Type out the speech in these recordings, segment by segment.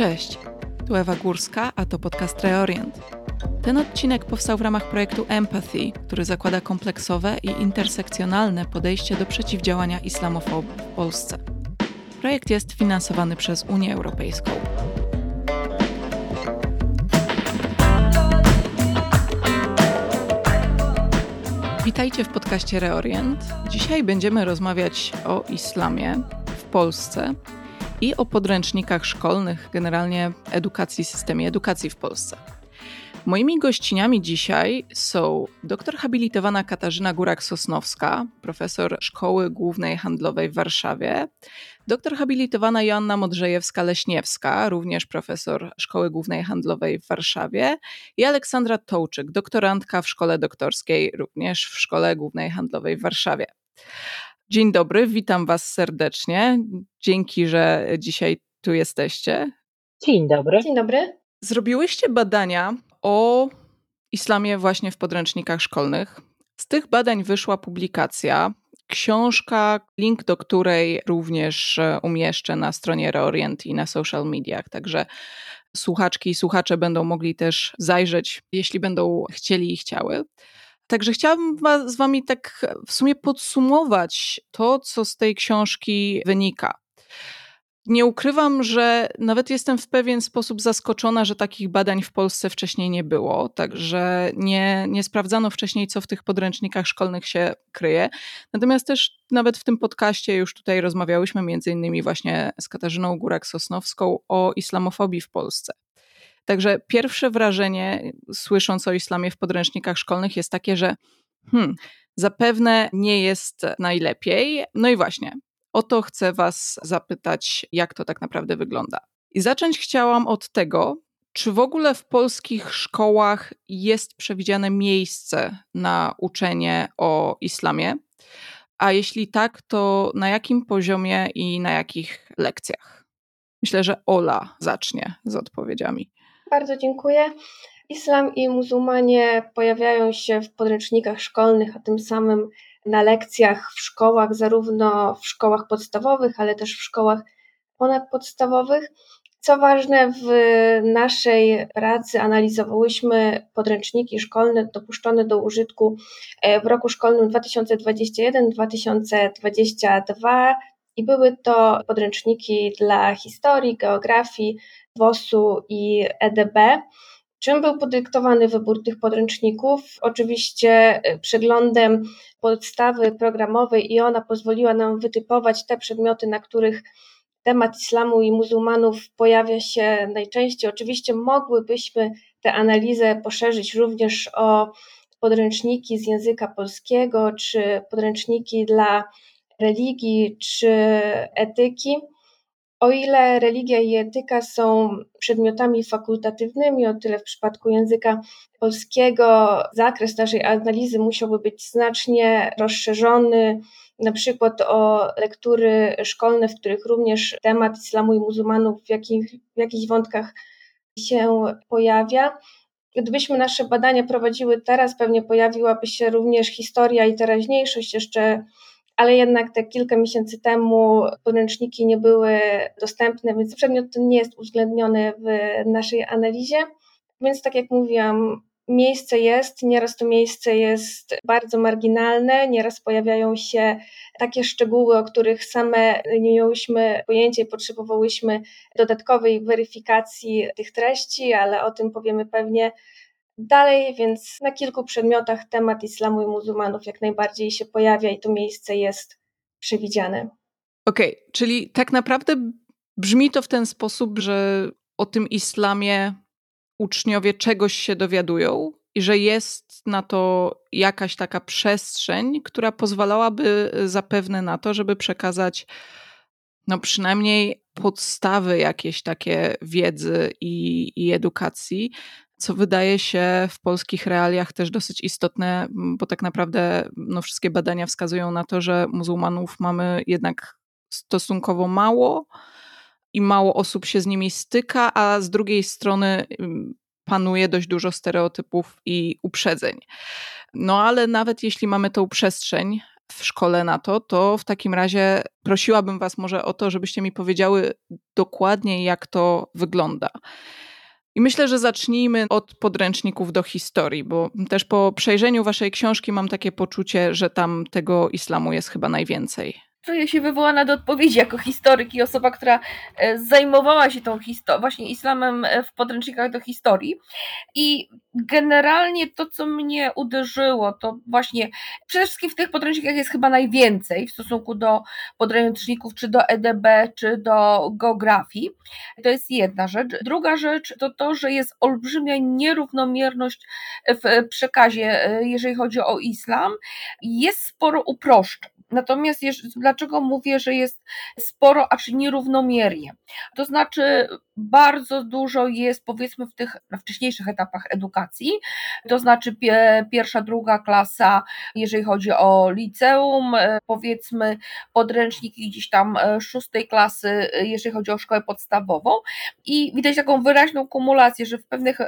Cześć, tu Ewa Górska, a to podcast Reorient. Ten odcinek powstał w ramach projektu Empathy, który zakłada kompleksowe i intersekcjonalne podejście do przeciwdziałania islamofobii w Polsce. Projekt jest finansowany przez Unię Europejską. Witajcie w podcaście Reorient. Dzisiaj będziemy rozmawiać o islamie w Polsce i o podręcznikach szkolnych, generalnie systemie edukacji w Polsce. Moimi gościniami dzisiaj są doktor habilitowana Katarzyna Górak-Sosnowska, profesor Szkoły Głównej Handlowej w Warszawie, doktor habilitowana Joanna Modrzejewska-Leśniewska, również profesor Szkoły Głównej Handlowej w Warszawie, i Aleksandra Tołczyk, doktorantka w Szkole Doktorskiej, również w Szkole Głównej Handlowej w Warszawie. Dzień dobry, witam Was serdecznie. Dzięki, że dzisiaj tu jesteście. Dzień dobry. Dzień dobry. Zrobiłyście badania o islamie właśnie w podręcznikach szkolnych. Z tych badań wyszła publikacja, książka, link do której również umieszczę na stronie Reorient i na social mediach, także słuchaczki i słuchacze będą mogli też zajrzeć, jeśli będą chcieli i chciały. Także chciałabym z Wami tak w sumie podsumować to, co z tej książki wynika. Nie ukrywam, że nawet jestem w pewien sposób zaskoczona, że takich badań w Polsce wcześniej nie było, także nie sprawdzano wcześniej, co w tych podręcznikach szkolnych się kryje. Natomiast też nawet w tym podcaście już tutaj rozmawiałyśmy między innymi właśnie z Katarzyną Górak-Sosnowską o islamofobii w Polsce. Także pierwsze wrażenie, słysząc o islamie w podręcznikach szkolnych, jest takie, że zapewne nie jest najlepiej. No i właśnie, o to chcę Was zapytać, jak to tak naprawdę wygląda. I zacząć chciałam od tego, czy w ogóle w polskich szkołach jest przewidziane miejsce na uczenie o islamie, a jeśli tak, to na jakim poziomie i na jakich lekcjach? Myślę, że Ola zacznie z odpowiedziami. Bardzo dziękuję. Islam i muzułmanie pojawiają się w podręcznikach szkolnych, a tym samym na lekcjach w szkołach, zarówno w szkołach podstawowych, ale też w szkołach ponadpodstawowych. Co ważne, w naszej pracy analizowałyśmy podręczniki szkolne dopuszczone do użytku w roku szkolnym 2021-2022 i były to podręczniki dla historii, geografii, WOS-u i EDB. Czym był podyktowany wybór tych podręczników? Oczywiście przeglądem podstawy programowej i ona pozwoliła nam wytypować te przedmioty, na których temat islamu i muzułmanów pojawia się najczęściej. Oczywiście mogłybyśmy tę analizę poszerzyć również o podręczniki z języka polskiego, czy podręczniki dla religii, czy etyki. O ile religia i etyka są przedmiotami fakultatywnymi, o tyle w przypadku języka polskiego zakres naszej analizy musiałby być znacznie rozszerzony, na przykład o lektury szkolne, w których również temat islamu i muzułmanów w jakichś wątkach się pojawia. Gdybyśmy nasze badania prowadziły teraz, pewnie pojawiłaby się również historia i teraźniejszość jeszcze, ale jednak te kilka miesięcy temu podręczniki nie były dostępne, więc przedmiot ten nie jest uwzględniony w naszej analizie. Więc tak jak mówiłam, miejsce jest, nieraz to miejsce jest bardzo marginalne, nieraz pojawiają się takie szczegóły, o których same nie miałyśmy pojęcia i potrzebowałyśmy dodatkowej weryfikacji tych treści, ale o tym powiemy pewnie dalej, więc na kilku przedmiotach temat islamu i muzułmanów jak najbardziej się pojawia i to miejsce jest przewidziane. Okej, czyli tak naprawdę brzmi to w ten sposób, że o tym islamie uczniowie czegoś się dowiadują i że jest na to jakaś taka przestrzeń, która pozwalałaby zapewne na to, żeby przekazać przynajmniej podstawy jakieś takie wiedzy i edukacji, co wydaje się w polskich realiach też dosyć istotne, bo tak naprawdę wszystkie badania wskazują na to, że muzułmanów mamy jednak stosunkowo mało i mało osób się z nimi styka, a z drugiej strony panuje dość dużo stereotypów i uprzedzeń. No ale nawet jeśli mamy tą przestrzeń, w szkole na to w takim razie prosiłabym was może o to, żebyście mi powiedziały dokładnie, jak to wygląda. I myślę, że zacznijmy od podręczników do historii, bo też po przejrzeniu waszej książki mam takie poczucie, że tam tego islamu jest chyba najwięcej. Czuję się wywołana do odpowiedzi jako historyk i osoba, która zajmowała się tą właśnie islamem w podręcznikach do historii. I generalnie to, co mnie uderzyło, to właśnie przede wszystkim w tych podręcznikach jest chyba najwięcej w stosunku do podręczników, czy do EDB, czy do geografii. To jest jedna rzecz. Druga rzecz to to, że jest olbrzymia nierównomierność w przekazie, jeżeli chodzi o islam. Jest sporo uproszczeń. Natomiast dlaczego mówię, że jest sporo, a czy nierównomiernie? To znaczy bardzo dużo jest, powiedzmy, na wcześniejszych etapach edukacji, to znaczy pierwsza, druga klasa, jeżeli chodzi o liceum, powiedzmy podręczniki gdzieś tam szóstej klasy, jeżeli chodzi o szkołę podstawową, i widać taką wyraźną kumulację, że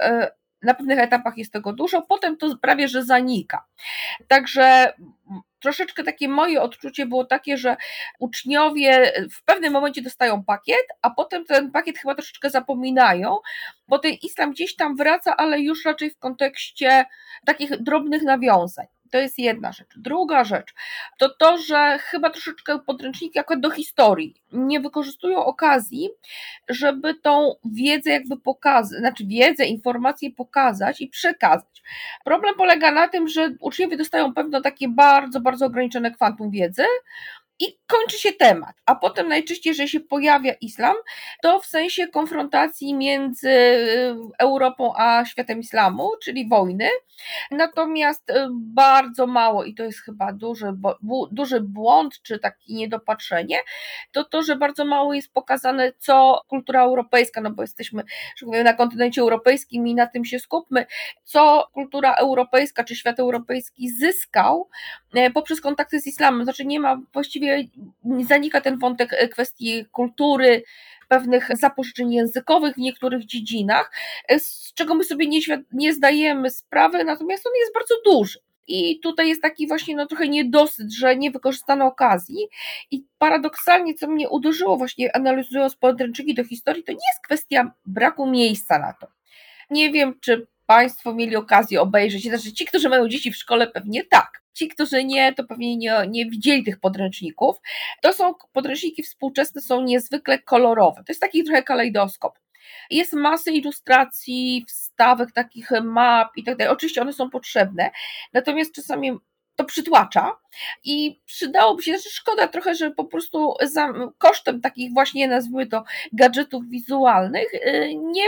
na pewnych etapach jest tego dużo, potem to prawie że zanika. Także troszeczkę takie moje odczucie było takie, że uczniowie w pewnym momencie dostają pakiet, a potem ten pakiet chyba troszeczkę zapominają, bo ten islam gdzieś tam wraca, ale już raczej w kontekście takich drobnych nawiązań. To jest jedna rzecz. Druga rzecz to, że chyba troszeczkę podręczniki jako do historii nie wykorzystują okazji, żeby tą wiedzę jakby pokazać, znaczy wiedzę, informacje pokazać i przekazać. Problem polega na tym, że uczniowie dostają pewno takie bardzo, bardzo ograniczone kwantum wiedzy i kończy się temat, a potem najczęściej, jeżeli się pojawia islam, to w sensie konfrontacji między Europą a światem islamu, czyli wojny, natomiast bardzo mało, i to jest chyba duży błąd, czy takie niedopatrzenie, to, że bardzo mało jest pokazane, co kultura europejska, no bo jesteśmy, że powiem, na kontynencie europejskim i na tym się skupmy, co kultura europejska, czy świat europejski zyskał poprzez kontakty z islamem, znaczy nie ma, właściwie zanika ten wątek kwestii kultury, pewnych zapożyczeń językowych w niektórych dziedzinach, z czego my sobie nie zdajemy sprawy, natomiast on jest bardzo duży. I tutaj jest taki właśnie trochę niedosyt, że nie wykorzystano okazji, i paradoksalnie, co mnie uderzyło właśnie analizując podręczniki do historii, to nie jest kwestia braku miejsca na to. Nie wiem, czy Państwo mieli okazję obejrzeć, znaczy ci, którzy mają dzieci w szkole, pewnie tak. Ci, którzy nie, to pewnie nie widzieli tych podręczników. To są podręczniki współczesne, są niezwykle kolorowe. To jest taki trochę kalejdoskop. Jest masę ilustracji, wstawek, takich map i tak dalej. Oczywiście one są potrzebne, natomiast czasami to przytłacza i przydałoby się, znaczy szkoda trochę, że po prostu kosztem takich właśnie, nazwijmy to, gadżetów wizualnych nie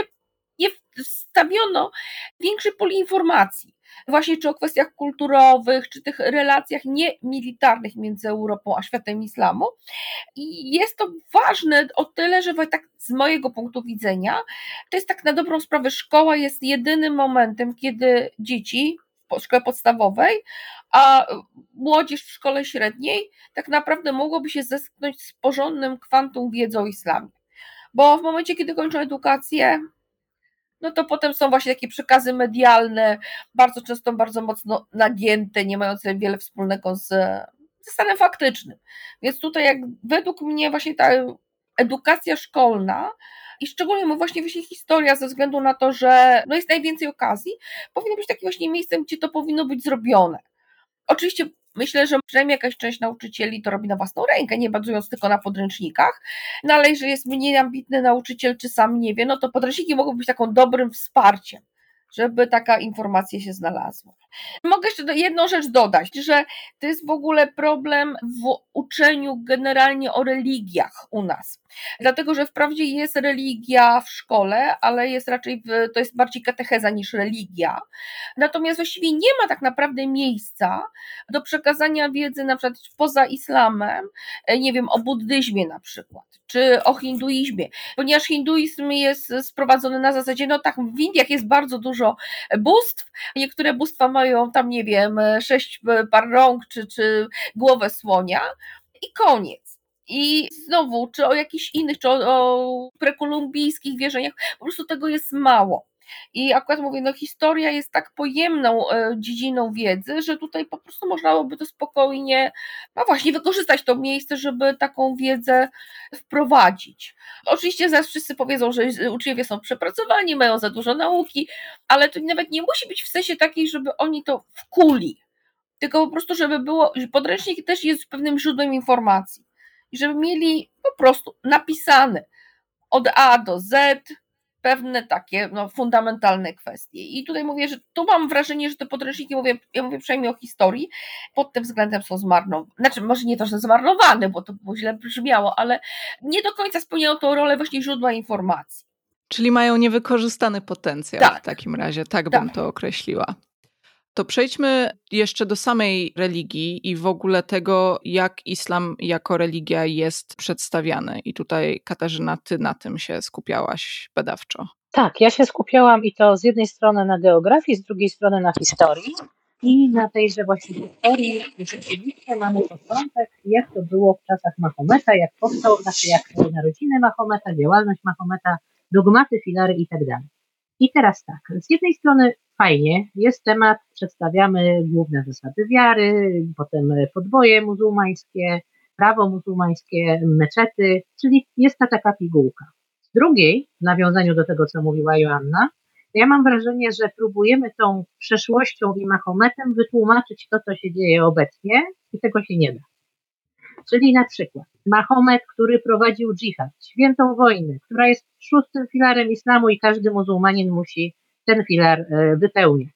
wstawiono większej puli informacji, właśnie czy o kwestiach kulturowych, czy tych relacjach niemilitarnych między Europą a światem islamu. I jest to ważne o tyle, że tak z mojego punktu widzenia, to jest tak na dobrą sprawę, szkoła jest jedynym momentem, kiedy dzieci w szkole podstawowej, a młodzież w szkole średniej tak naprawdę mogłoby się zetknąć z porządnym kwantum wiedzy o islamie. Bo w momencie, kiedy kończą edukację, no to potem są właśnie takie przekazy medialne, bardzo często bardzo mocno nagięte, nie mające wiele wspólnego ze stanem faktycznym. Więc tutaj według mnie właśnie ta edukacja szkolna i szczególnie właśnie historia, ze względu na to, że jest najwięcej okazji, powinno być takim właśnie miejscem, gdzie to powinno być zrobione. Oczywiście myślę, że przynajmniej jakaś część nauczycieli to robi na własną rękę, nie bazując tylko na podręcznikach, no ale jeżeli jest mniej ambitny nauczyciel, czy sam nie wie, no to podręczniki mogą być taką dobrym wsparciem, żeby taka informacja się znalazła. Mogę jeszcze jedną rzecz dodać, że to jest w ogóle problem w uczeniu generalnie o religiach u nas. Dlatego, że wprawdzie jest religia w szkole, ale jest raczej, to jest bardziej katecheza niż religia. Natomiast właściwie nie ma tak naprawdę miejsca do przekazania wiedzy na przykład poza islamem, nie wiem, o buddyzmie na przykład, czy o hinduizmie, ponieważ hinduizm jest sprowadzony na zasadzie, no tak, w Indiach jest bardzo dużo bóstw, niektóre bóstwa mają tam, nie wiem, 6 par rąk, czy głowę słonia i koniec. I znowu, czy o jakichś innych, czy o prekolumbijskich wierzeniach, po prostu tego jest mało. I akurat mówię, no historia jest tak pojemną dziedziną wiedzy, że tutaj po prostu można byłoby to spokojnie, no właśnie, wykorzystać to miejsce, żeby taką wiedzę wprowadzić. Oczywiście zaraz wszyscy powiedzą, że uczniowie są przepracowani, mają za dużo nauki, ale to nawet nie musi być w sensie takiej, żeby oni to wkuli, tylko po prostu, żeby było, że podręcznik też jest pewnym źródłem informacji i żeby mieli po prostu napisane od A do Z pewne takie fundamentalne kwestie. I tutaj mówię, że tu mam wrażenie, że te podręczniki, ja mówię przynajmniej o historii, pod tym względem są zmarnowane. Znaczy, może nie to, że zmarnowane, bo to źle brzmiało, ale nie do końca spełniają tą rolę właśnie źródła informacji. Czyli mają niewykorzystany potencjał w takim razie, tak bym to określiła. To przejdźmy jeszcze do samej religii i w ogóle tego, jak islam jako religia jest przedstawiany. I tutaj, Katarzyna, ty na tym się skupiałaś badawczo. Tak, ja się skupiałam i to z jednej strony na geografii, z drugiej strony na historii. I na tejże właśnie historii rzeczywiście mamy początek, jak to było w czasach Mahometa, jak powstał, znaczy jak narodziny Mahometa, działalność Mahometa, dogmaty, filary i tak dalej. I teraz tak, z jednej strony fajnie, jest temat, przedstawiamy główne zasady wiary, potem podboje muzułmańskie, prawo muzułmańskie, meczety, czyli jest ta taka pigułka. Z drugiej, w nawiązaniu do tego, co mówiła Joanna, ja mam wrażenie, że próbujemy tą przeszłością i Mahometem wytłumaczyć to, co się dzieje obecnie i tego się nie da. Czyli na przykład Mahomet, który prowadził dżihad, świętą wojnę, która jest szóstym filarem islamu i każdy muzułmanin musi ten filar wypełniać.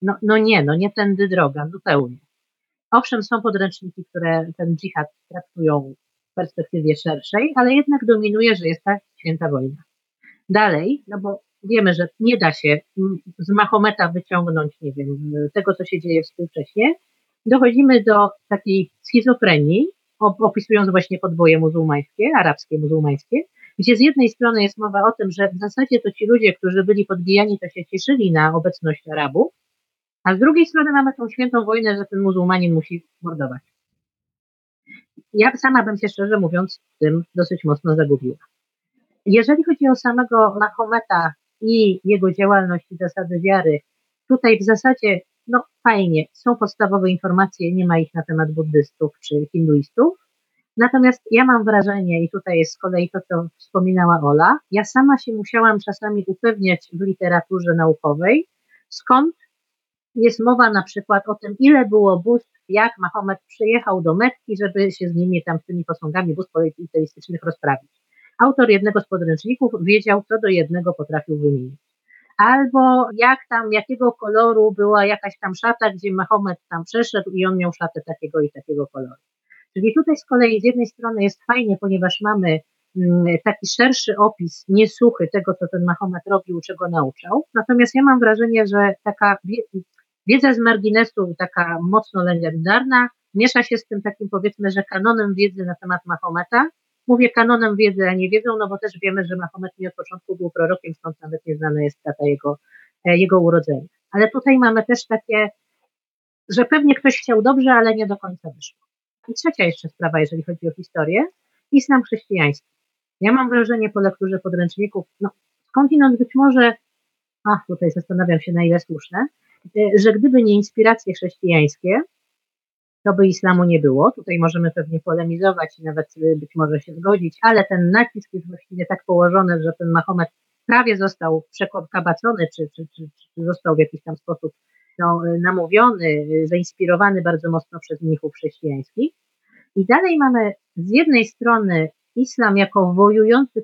Nie tędy droga, zupełnie. Owszem, są podręczniki, które ten dżihad traktują w perspektywie szerszej, ale jednak dominuje, że jest ta święta wojna. Dalej, bo wiemy, że nie da się z Mahometa wyciągnąć, nie wiem, tego, co się dzieje współcześnie. Dochodzimy do takiej schizofrenii, opisując właśnie podboje muzułmańskie, arabskie, muzułmańskie, gdzie z jednej strony jest mowa o tym, że w zasadzie to ci ludzie, którzy byli podbijani, to się cieszyli na obecność Arabów, a z drugiej strony mamy tą świętą wojnę, że ten muzułmanin musi mordować. Ja sama bym się, szczerze mówiąc, w tym dosyć mocno zagubiła. Jeżeli chodzi o samego Mahometa i jego działalność i zasady wiary, tutaj w zasadzie, fajnie, są podstawowe informacje, nie ma ich na temat buddystów czy hinduistów. Natomiast ja mam wrażenie, i tutaj jest z kolei to, co wspominała Ola, ja sama się musiałam czasami upewniać w literaturze naukowej, skąd jest mowa na przykład o tym, ile było bóstw, jak Mahomet przyjechał do Mekki, żeby się z nimi tam, z tymi posągami bóstw politeistycznych rozprawić. Autor jednego z podręczników wiedział, co do jednego potrafił wymienić. Albo jakiego koloru była jakaś tam szata, gdzie Mahomet tam przeszedł i on miał szatę takiego i takiego koloru. Czyli tutaj z kolei z jednej strony jest fajnie, ponieważ mamy taki szerszy opis, nie suchy tego, co ten Mahomet robił, czego nauczał. Natomiast ja mam wrażenie, że taka wiedza z marginesu, taka mocno legendarna, miesza się z tym takim, powiedzmy, że kanonem wiedzy na temat Mahometa. Mówię kanonem wiedzy, a nie wiedzą, bo też wiemy, że Mahomet nie od początku był prorokiem, stąd nawet nieznana jest data jego urodzenia. Ale tutaj mamy też takie, że pewnie ktoś chciał dobrze, ale nie do końca wyszło. I trzecia jeszcze sprawa, jeżeli chodzi o historię, islam chrześcijański. Ja mam wrażenie po lekturze podręczników, skądinąd być może, tutaj zastanawiam się, na ile słuszne, że gdyby nie inspiracje chrześcijańskie, to by islamu nie było. Tutaj możemy pewnie polemizować i nawet być może się zgodzić, ale ten nacisk jest właściwie tak położony, że ten Mahomet prawie został przekabacony, czy został w jakiś tam sposób namówiony, zainspirowany bardzo mocno przez mnichów chrześcijańskich. I dalej mamy z jednej strony islam jako wojujący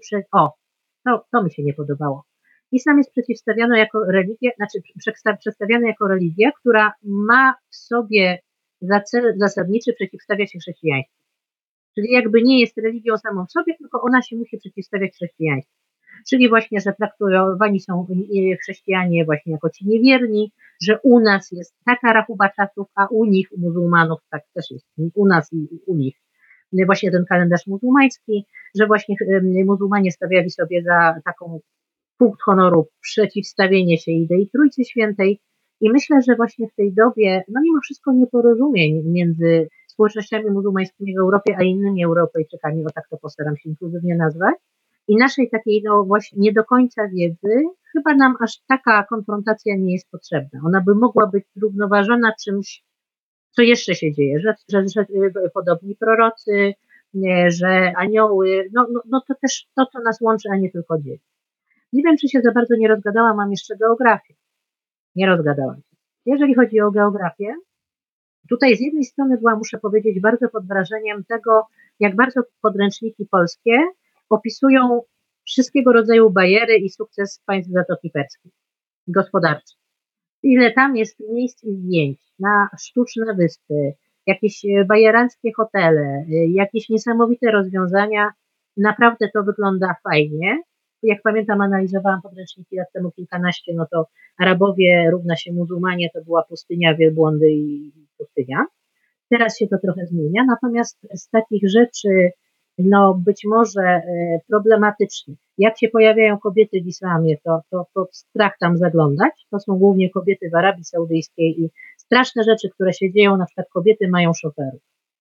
to mi się nie podobało. Islam jest przedstawiany jako religia, przedstawiany jako religia, która ma w sobie za cel zasadniczy przeciwstawiać się chrześcijaństwu. Czyli jakby nie jest religią samą w sobie, tylko ona się musi przeciwstawiać chrześcijaństwu. Czyli właśnie, że traktowani są chrześcijanie właśnie jako ci niewierni, że u nas jest taka rachuba czasów, a u nich, u muzułmanów, tak też jest, u nas i u nich. Właśnie ten kalendarz muzułmański, że właśnie muzułmanie stawiali sobie za taką punkt honoru przeciwstawienie się idei Trójcy Świętej. I myślę, że właśnie w tej dobie, mimo wszystko nieporozumień między społecznościami muzułmańskimi w Europie, a innymi Europejczykami, tak to postaram się inkluzywnie nazwać, i naszej takiej właśnie nie do końca wiedzy, chyba nam aż taka konfrontacja nie jest potrzebna. Ona by mogła być zrównoważona czymś, co jeszcze się dzieje, że podobni prorocy, że anioły, no to też to, co nas łączy, a nie tylko dzieci. Nie wiem, czy się za bardzo nie rozgadałam, mam jeszcze geografię. Nie rozgadałam się. Jeżeli chodzi o geografię, tutaj z jednej strony była, muszę powiedzieć, bardzo pod wrażeniem tego, jak bardzo podręczniki polskie opisują wszystkiego rodzaju bajery i sukces państw Zatoki Perskiej, gospodarczy. Ile tam jest miejsc i zdjęć na sztuczne wyspy, jakieś bajeranckie hotele, jakieś niesamowite rozwiązania. Naprawdę to wygląda fajnie. Jak pamiętam, analizowałam podręczniki lat temu kilkanaście, no to Arabowie równa się muzułmanie, to była pustynia, wielbłądy i pustynia. Teraz się to trochę zmienia, natomiast z takich rzeczy, no być może problematycznych, jak się pojawiają kobiety w islamie, to strach tam zaglądać. To są głównie kobiety w Arabii Saudyjskiej i straszne rzeczy, które się dzieją, na przykład kobiety mają szoferów.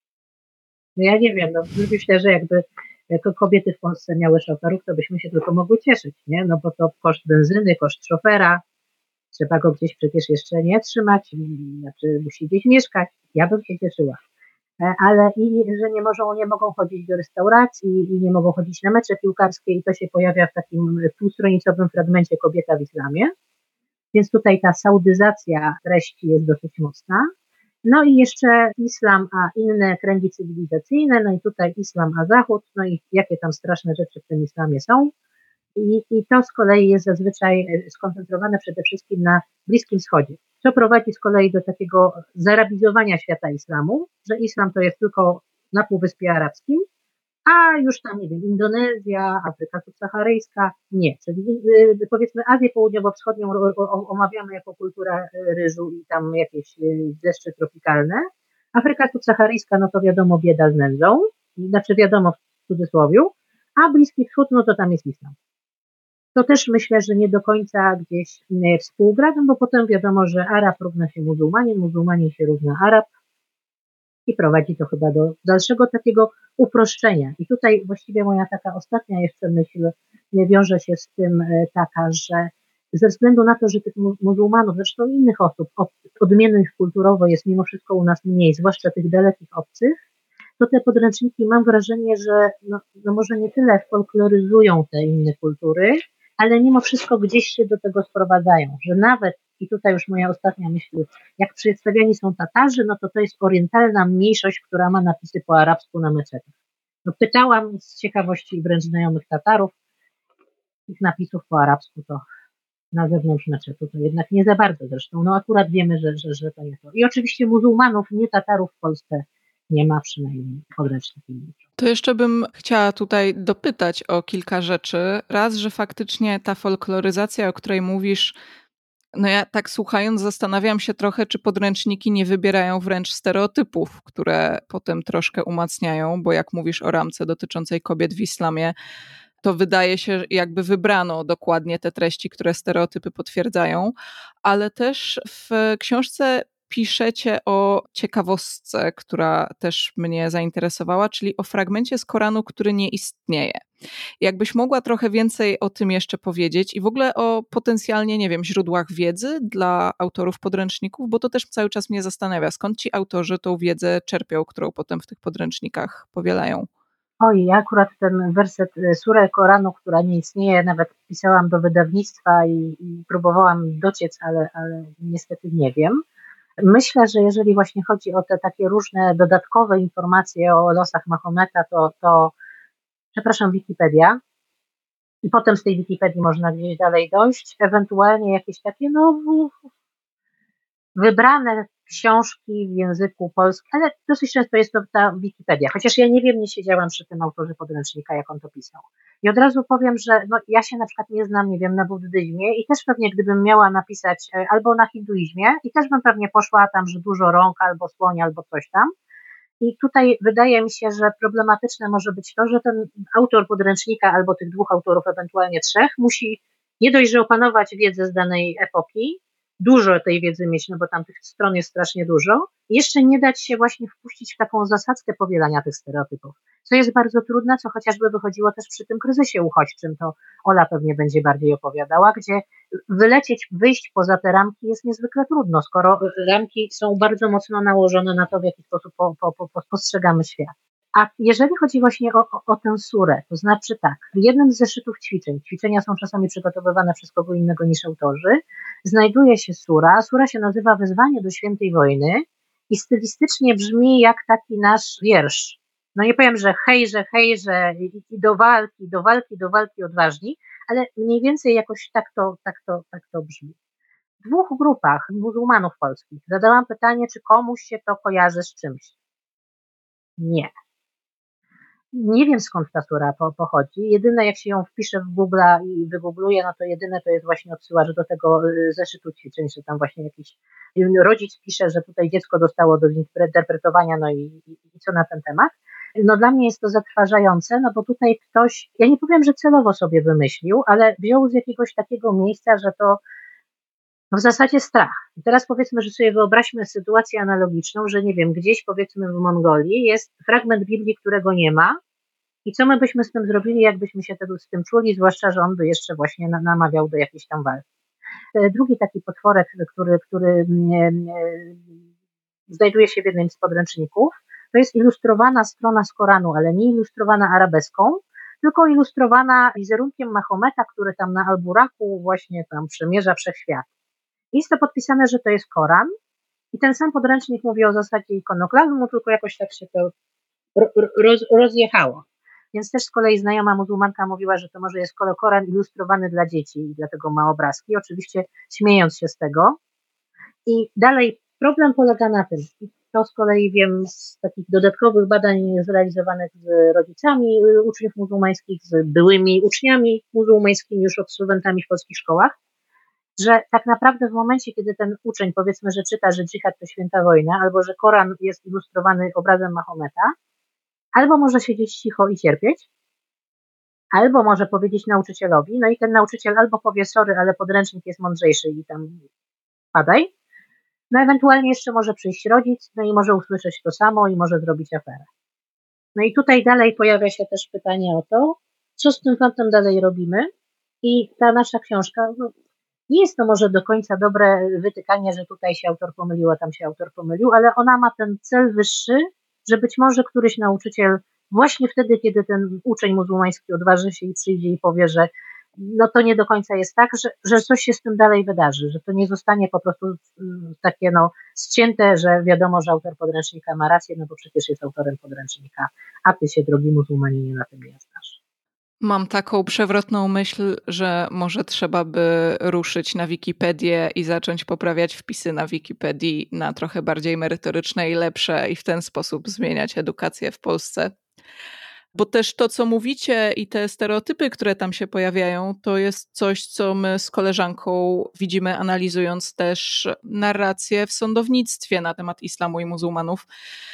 No ja nie wiem, no myślę, że jakby kobiety w Polsce miały szoferów, to byśmy się tylko mogły cieszyć, nie? No bo to koszt benzyny, koszt szofera, trzeba go gdzieś przecież jeszcze nie trzymać, znaczy musi gdzieś mieszkać. Ja bym się cieszyła. Ale i że nie mogą chodzić do restauracji i nie mogą chodzić na mecze piłkarskie i to się pojawia w takim półstronicowym fragmencie Kobieta w islamie. Więc tutaj ta saudyzacja treści jest dosyć mocna. No i jeszcze islam, a inne kręgi cywilizacyjne, no i tutaj islam, a zachód, no i jakie tam straszne rzeczy w tym islamie są. I to z kolei jest zazwyczaj skoncentrowane przede wszystkim na Bliskim Wschodzie, co prowadzi z kolei do takiego zarabizowania świata islamu, że islam to jest tylko na Półwyspie Arabskim, a już tam, nie wiem, Indonezja, Afryka Subsaharyjska, nie. Czyli powiedzmy Azję Południowo-Wschodnią omawiamy jako kultura ryżu i tam jakieś deszcze tropikalne. Afryka Subsaharyjska, no to wiadomo, bieda z nędzą, znaczy wiadomo w cudzysłowiu, a Bliski Wschód, no to tam jest islam. To też myślę, że nie do końca gdzieś współgra, no bo potem wiadomo, że Arab równa się muzułmanin, muzułmanin się równa Arab i prowadzi to chyba do dalszego takiego uproszczenia. I tutaj właściwie moja taka ostatnia jeszcze myśl wiąże się z tym taka, że ze względu na to, że tych muzułmanów, zresztą innych osób odmiennych kulturowo jest mimo wszystko u nas mniej, zwłaszcza tych dalekich obcych, to te podręczniki mam wrażenie, że no może nie tyle folkloryzują te inne kultury, ale mimo wszystko gdzieś się do tego sprowadzają, że nawet, i tutaj już moja ostatnia myśl, jak przedstawiani są Tatarzy, no to jest orientalna mniejszość, która ma napisy po arabsku na meczetach. No pytałam z ciekawości wręcz znajomych Tatarów, ich napisów po arabsku to na zewnątrz meczetu to jednak nie za bardzo zresztą, no akurat wiemy, że to nie to. I oczywiście muzułmanów, nie Tatarów w Polsce nie ma, przynajmniej podręczniki. To jeszcze bym chciała tutaj dopytać o kilka rzeczy. Raz, że faktycznie ta folkloryzacja, o której mówisz, no ja tak słuchając zastanawiam się trochę, czy podręczniki nie wybierają wręcz stereotypów, które potem troszkę umacniają, bo jak mówisz o ramce dotyczącej kobiet w islamie, to wydaje się, jakby wybrano dokładnie te treści, które stereotypy potwierdzają, ale też w książce piszecie o ciekawostce, która też mnie zainteresowała, czyli o fragmencie z Koranu, który nie istnieje. Jakbyś mogła trochę więcej o tym jeszcze powiedzieć i w ogóle o potencjalnie, nie wiem, źródłach wiedzy dla autorów podręczników, bo to też cały czas mnie zastanawia, skąd ci autorzy tą wiedzę czerpią, którą potem w tych podręcznikach powielają. Oj, ja akurat ten werset Surę Koranu, która nie istnieje, nawet pisałam do wydawnictwa i próbowałam dociec, ale niestety nie wiem. Myślę, że jeżeli właśnie chodzi o te takie różne dodatkowe informacje o losach Mahometa, to przepraszam, Wikipedia. I potem z tej Wikipedii można gdzieś dalej dojść. Ewentualnie jakieś takie wybrane książki w języku polskim, ale dosyć często jest to ta Wikipedia. Chociaż ja nie wiem, nie siedziałam przy tym autorze podręcznika, jak on to pisał. I od razu powiem, że ja się na przykład nie znam, nie wiem, na buddyzmie i też pewnie gdybym miała napisać albo na hinduizmie i też bym pewnie poszła tam, że dużo rąk, albo słoń, albo coś tam. I tutaj wydaje mi się, że problematyczne może być to, że ten autor podręcznika albo tych dwóch autorów, ewentualnie trzech, musi nie dość, że opanować wiedzę z danej epoki, dużo tej wiedzy mieć, no bo tam tych stron jest strasznie dużo, jeszcze nie dać się właśnie wpuścić w taką zasadzkę powielania tych stereotypów, co jest bardzo trudne, co chociażby wychodziło też przy tym kryzysie uchodźczym, to Ola pewnie będzie bardziej opowiadała, gdzie wyjść poza te ramki jest niezwykle trudno, skoro ramki są bardzo mocno nałożone na to, w jaki sposób postrzegamy świat. A jeżeli chodzi właśnie o tę surę, to znaczy tak, w jednym z zeszytów ćwiczenia są czasami przygotowywane przez kogo innego niż autorzy, znajduje się sura. Sura się nazywa Wezwanie do świętej wojny i stylistycznie brzmi jak taki nasz wiersz. No nie powiem, że hejże i do walki odważni, ale mniej więcej jakoś tak to brzmi. W dwóch grupach muzułmanów polskich zadałam pytanie, czy komuś się to kojarzy z czymś. Nie. Nie wiem, skąd ta sura pochodzi. Jedyne, jak się ją wpisze w Google'a i wygoogluje, no to jedyne to jest właśnie odsyłacz do tego zeszytu ćwiczeń, że tam właśnie jakiś rodzic pisze, że tutaj dziecko dostało do zinterpretowania, no i co na ten temat. No dla mnie jest to zatrważające, no bo tutaj ktoś, ja nie powiem, że celowo sobie wymyślił, ale wziął z jakiegoś takiego miejsca, że to w zasadzie strach. I teraz powiedzmy, że sobie wyobraźmy sytuację analogiczną, że nie wiem, gdzieś powiedzmy w Mongolii jest fragment Biblii, którego nie ma i co my byśmy z tym zrobili, jakbyśmy się z tym czuli, zwłaszcza, że on by jeszcze właśnie namawiał do jakiejś tam walki. Drugi taki potworek, który znajduje się w jednym z podręczników, to jest ilustrowana strona z Koranu, ale nie ilustrowana arabeską, tylko ilustrowana wizerunkiem Mahometa, który tam na Alburaku właśnie tam przemierza wszechświat. Jest to podpisane, że to jest Koran i ten sam podręcznik mówi o zasadzie ikonoklazmu, tylko jakoś tak się to rozjechało. Więc też z kolei znajoma muzułmanka mówiła, że to może jest Koran ilustrowany dla dzieci i dlatego ma obrazki, oczywiście śmiejąc się z tego. I dalej problem polega na tym, to z kolei wiem z takich dodatkowych badań zrealizowanych z rodzicami uczniów muzułmańskich, z byłymi uczniami muzułmańskimi, już absolwentami w polskich szkołach, że tak naprawdę w momencie, kiedy ten uczeń powiedzmy, że czyta, że dżihad to święta wojna, albo że Koran jest ilustrowany obrazem Mahometa, albo może siedzieć cicho i cierpieć, albo może powiedzieć nauczycielowi, no i ten nauczyciel albo powie sorry, ale podręcznik jest mądrzejszy i tam padaj, no ewentualnie jeszcze może przyjść rodzic, no i może usłyszeć to samo i może zrobić aferę. No i tutaj dalej pojawia się też pytanie o to, co z tym fantem dalej robimy i ta nasza książka, no, nie jest to może do końca dobre wytykanie, że tutaj się autor pomylił, a tam się autor pomylił, ale ona ma ten cel wyższy, że być może któryś nauczyciel właśnie wtedy, kiedy ten uczeń muzułmański odważy się i przyjdzie i powie, że no to nie do końca jest tak, że coś się z tym dalej wydarzy, że to nie zostanie po prostu takie ścięte, że wiadomo, że autor podręcznika ma rację, no bo przecież jest autorem podręcznika, a ty się, drogi muzułmaninie, na tym nie znasz. Mam taką przewrotną myśl, że może trzeba by ruszyć na Wikipedię i zacząć poprawiać wpisy na Wikipedii na trochę bardziej merytoryczne i lepsze i w ten sposób zmieniać edukację w Polsce. Bo też to, co mówicie i te stereotypy, które tam się pojawiają, to jest coś, co my z koleżanką widzimy, analizując też narrację w sądownictwie na temat islamu i muzułmanów.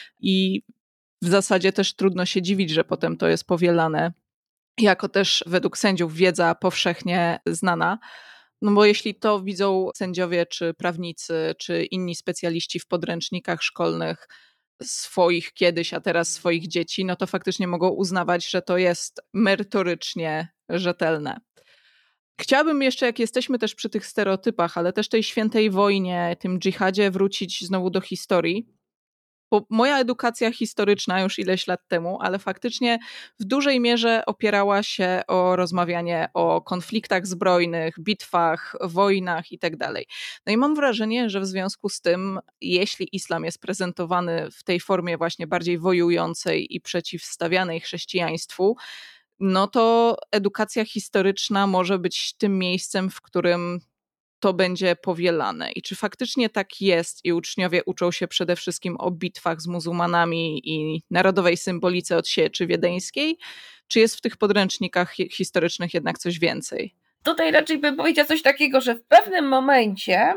I w zasadzie też trudno się dziwić, że potem to jest powielane jako też według sędziów wiedza powszechnie znana. No bo jeśli to widzą sędziowie, czy prawnicy, czy inni specjaliści w podręcznikach szkolnych swoich kiedyś, a teraz swoich dzieci, no to faktycznie mogą uznawać, że to jest merytorycznie rzetelne. Chciałabym jeszcze, jak jesteśmy też przy tych stereotypach, ale też tej świętej wojnie, tym dżihadzie, wrócić znowu do historii. Bo moja edukacja historyczna już ileś lat temu, ale faktycznie w dużej mierze opierała się o rozmawianie o konfliktach zbrojnych, bitwach, wojnach i tak dalej. No i mam wrażenie, że w związku z tym, jeśli islam jest prezentowany w tej formie właśnie bardziej wojującej i przeciwstawianej chrześcijaństwu, no to edukacja historyczna może być tym miejscem, w którym to będzie powielane. I czy faktycznie tak jest i uczniowie uczą się przede wszystkim o bitwach z muzułmanami i narodowej symbolice od sieczy wiedeńskiej, czy jest w tych podręcznikach historycznych jednak coś więcej? Tutaj raczej bym powiedziała coś takiego, że w pewnym momencie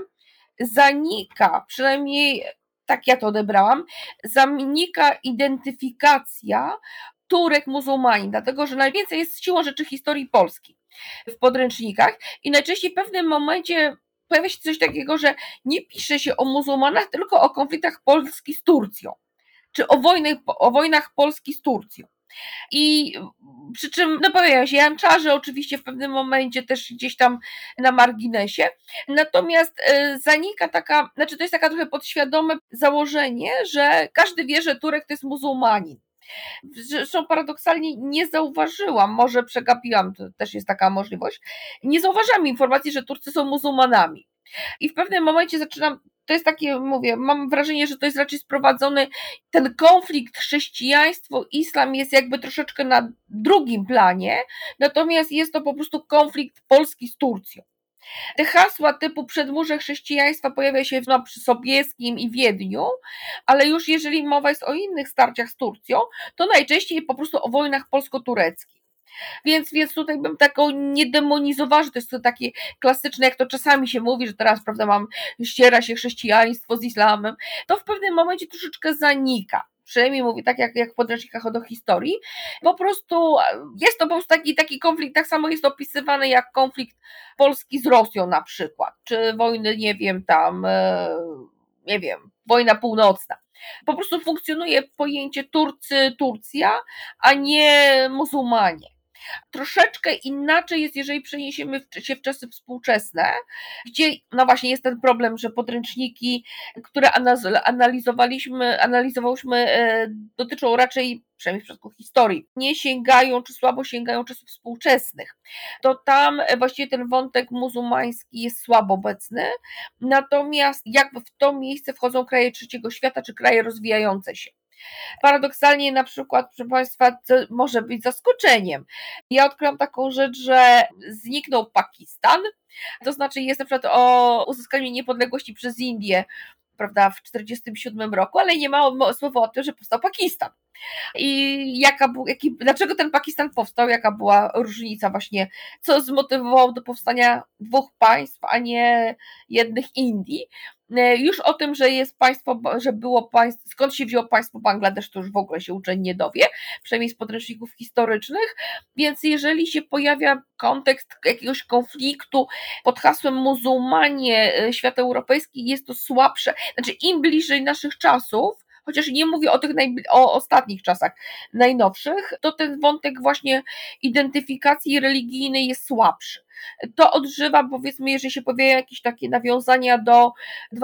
zanika, przynajmniej tak ja to odebrałam, zanika identyfikacja Turek muzułmanin, dlatego że najwięcej jest siłą rzeczy historii Polski w podręcznikach i najczęściej w pewnym momencie pojawia się coś takiego, że nie pisze się o muzułmanach, tylko o konfliktach Polski z Turcją, czy o wojnach Polski z Turcją. I przy czym pojawiają się Janczarzy oczywiście w pewnym momencie też gdzieś tam na marginesie, natomiast zanika taka, znaczy to jest taka trochę podświadome założenie, że każdy wie, że Turek to jest muzułmanin. Zresztą paradoksalnie nie zauważyłam, może przegapiłam, to też jest taka możliwość, nie zauważyłam informacji, że Turcy są muzułmanami. I w pewnym momencie zaczynam, to jest takie, mówię, mam wrażenie, że to jest raczej sprowadzony, ten konflikt chrześcijaństwo-islam jest jakby troszeczkę na drugim planie, natomiast jest to po prostu konflikt Polski z Turcją. Te hasła typu przedmurze chrześcijaństwa pojawia się przy Sobieskim i Wiedniu, ale już jeżeli mowa jest o innych starciach z Turcją, to najczęściej po prostu o wojnach polsko-tureckich. Więc tutaj bym taką nie demonizowała, że to jest to takie klasyczne, jak to czasami się mówi, że teraz, prawda, ściera się chrześcijaństwo z islamem, to w pewnym momencie troszeczkę zanika. Przynajmniej mówię tak jak w podręcznikach do historii. Po prostu jest to po prostu taki konflikt, tak samo jest opisywany jak konflikt Polski z Rosją na przykład, czy wojny, wojna północna. Po prostu funkcjonuje pojęcie Turcja, a nie muzułmanie. Troszeczkę inaczej jest, jeżeli przeniesiemy się w czasy współczesne, gdzie no właśnie jest ten problem, że podręczniki, które analizowałyśmy, dotyczą raczej, przynajmniej w przypadku historii, nie sięgają, czy słabo sięgają czasów współczesnych. To tam właściwie ten wątek muzułmański jest słabo obecny, natomiast jakby w to miejsce wchodzą kraje trzeciego świata, czy kraje rozwijające się. Paradoksalnie na przykład, proszę Państwa, co może być zaskoczeniem. Ja odkryłam taką rzecz, że zniknął Pakistan, to znaczy jest na przykład o uzyskaniu niepodległości przez Indię, prawda, w 1947 roku, ale nie ma słowa o tym, że powstał Pakistan. I dlaczego ten Pakistan powstał, jaka była różnica właśnie, co zmotywowało do powstania dwóch państw, a nie jednych Indii. Już o tym, że jest państwo, że było państwo, skąd się wzięło państwo Bangladesz, to już w ogóle się uczeń nie dowie, przynajmniej z podręczników historycznych, więc jeżeli się pojawia kontekst jakiegoś konfliktu pod hasłem muzułmanie, świat europejski, jest to słabsze, znaczy im bliżej naszych czasów, chociaż nie mówię o ostatnich czasach najnowszych, to ten wątek właśnie identyfikacji religijnej jest słabszy. To odżywa, powiedzmy, jeżeli się pojawiają jakieś takie nawiązania do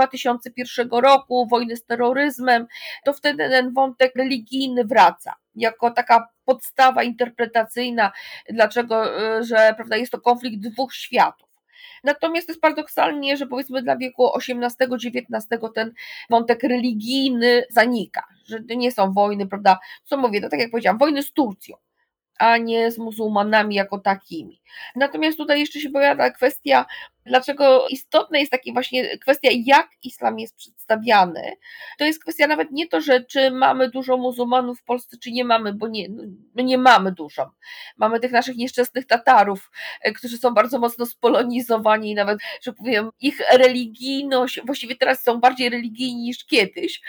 2001 roku, wojny z terroryzmem, to wtedy ten wątek religijny wraca jako taka podstawa interpretacyjna, dlaczego, że prawda, jest to konflikt dwóch światów. Natomiast to jest paradoksalnie, że powiedzmy dla wieku XVIII-XIX ten wątek religijny zanika, że to nie są wojny, prawda, co mówię, to tak jak powiedziałam, wojny z Turcją, a nie z muzułmanami jako takimi. Natomiast tutaj jeszcze się pojawia kwestia, dlaczego istotna jest taka właśnie kwestia, jak islam jest przedstawiany. To jest kwestia nawet nie to, że czy mamy dużo muzułmanów w Polsce, czy nie mamy, bo nie mamy dużo. Mamy tych naszych nieszczęsnych Tatarów, którzy są bardzo mocno spolonizowani i nawet, że powiem, ich religijność, właściwie teraz są bardziej religijni niż kiedyś,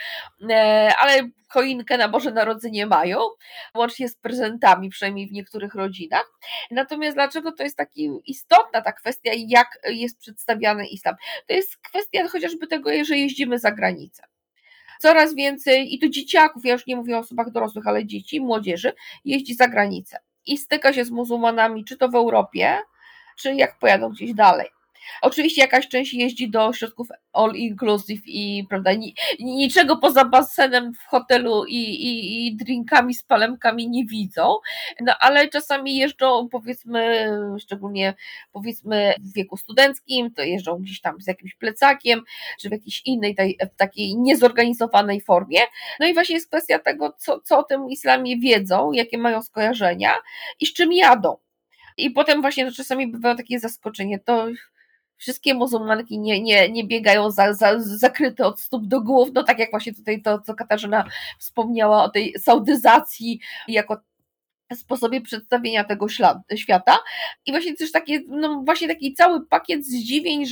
ale choinkę na Boże Narodzenie mają, łącznie z prezentami, przynajmniej w niektórych rodzinach. Natomiast dlaczego to jest taka istotna ta kwestia, jak jest przedstawiany islam? To jest kwestia chociażby tego, że jeździmy za granicę. Coraz więcej, i tu dzieciaków, ja już nie mówię o osobach dorosłych, ale dzieci, młodzieży, jeździ za granicę i styka się z muzułmanami, czy to w Europie, czy jak pojadą gdzieś dalej. Oczywiście jakaś część jeździ do ośrodków all inclusive i prawda, niczego poza basenem w hotelu i drinkami z palemkami nie widzą, no ale czasami jeżdżą, powiedzmy, szczególnie powiedzmy w wieku studenckim, to jeżdżą gdzieś tam z jakimś plecakiem, czy w jakiejś innej takiej niezorganizowanej formie. No i właśnie jest kwestia tego, co o tym islamie wiedzą, jakie mają skojarzenia i z czym jadą. I potem właśnie to czasami bywa takie zaskoczenie, to wszystkie muzułmanki nie biegają zakryte od stóp do głów, no tak jak właśnie tutaj to, co Katarzyna wspomniała o tej saudyzacji jako sposobie przedstawienia tego świata i właśnie też takie, no właśnie taki cały pakiet zdziwień,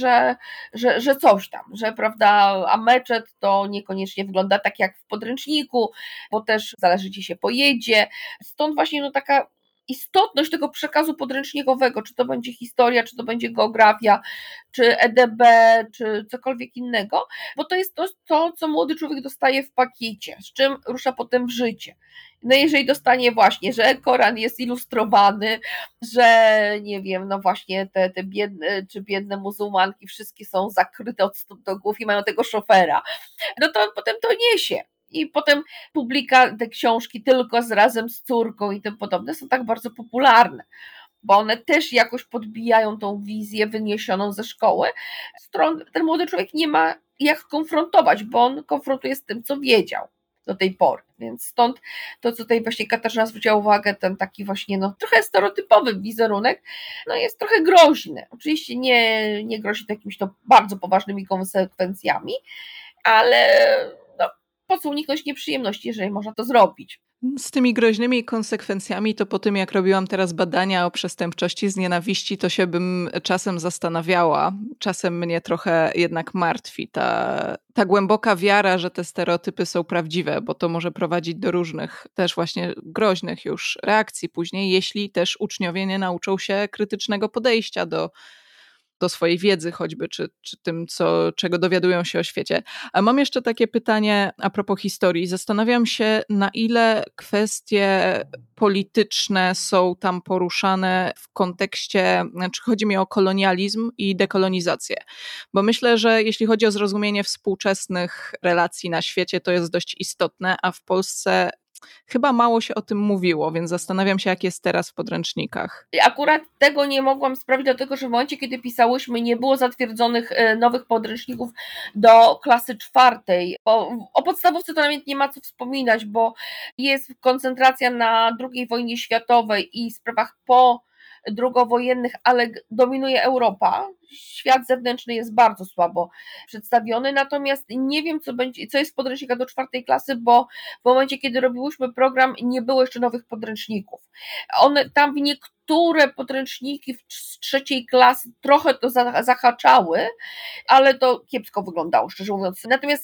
że coś tam, że prawda, a meczet to niekoniecznie wygląda tak jak w podręczniku, bo też zależy gdzie się pojedzie, stąd właśnie no taka istotność tego przekazu podręcznikowego, czy to będzie historia, czy to będzie geografia, czy EDB, czy cokolwiek innego, bo to jest to, co młody człowiek dostaje w pakiecie, z czym rusza potem w życie. No jeżeli dostanie właśnie, że Koran jest ilustrowany, że nie wiem, no właśnie te biedne czy biedne muzułmanki wszystkie są zakryte od stóp do głów i mają tego szofera, no to potem to niesie. I potem te książki tylko razem z córką i tym podobne są tak bardzo popularne, bo one też jakoś podbijają tą wizję wyniesioną ze szkoły, z którą ten młody człowiek nie ma jak konfrontować, bo on konfrontuje z tym, co wiedział do tej pory. Więc stąd to, co tutaj właśnie Katarzyna zwróciła uwagę, ten taki właśnie trochę stereotypowy wizerunek, jest trochę groźny. Oczywiście nie grozi to jakimiś to bardzo poważnymi konsekwencjami, ale po co uniknąć nieprzyjemności, jeżeli można to zrobić? Z tymi groźnymi konsekwencjami, to po tym jak robiłam teraz badania o przestępczości z nienawiści, to się bym czasem zastanawiała. Czasem mnie trochę jednak martwi ta głęboka wiara, że te stereotypy są prawdziwe, bo to może prowadzić do różnych też właśnie groźnych już reakcji później, jeśli też uczniowie nie nauczą się krytycznego podejścia do swojej wiedzy choćby, czy tym, czego dowiadują się o świecie. A mam jeszcze takie pytanie a propos historii. Zastanawiam się, na ile kwestie polityczne są tam poruszane w kontekście, znaczy chodzi mi o kolonializm i dekolonizację. Bo myślę, że jeśli chodzi o zrozumienie współczesnych relacji na świecie, to jest dość istotne, a w Polsce chyba mało się o tym mówiło, więc zastanawiam się, jak jest teraz w podręcznikach. Akurat tego nie mogłam sprawdzić, dlatego że w momencie, kiedy pisałyśmy, nie było zatwierdzonych nowych podręczników do klasy 4. Bo o podstawówce to nawet nie ma co wspominać, bo jest koncentracja na II wojnie światowej i sprawach drugowojennych, ale dominuje Europa. Świat zewnętrzny jest bardzo słabo przedstawiony, natomiast nie wiem, co jest w podręcznikach do 4. klasy, bo w momencie, kiedy robiłyśmy program, nie było jeszcze nowych podręczników. One tam w niektóre podręczniki z 3. klasy trochę to zahaczały, ale to kiepsko wyglądało, szczerze mówiąc. Natomiast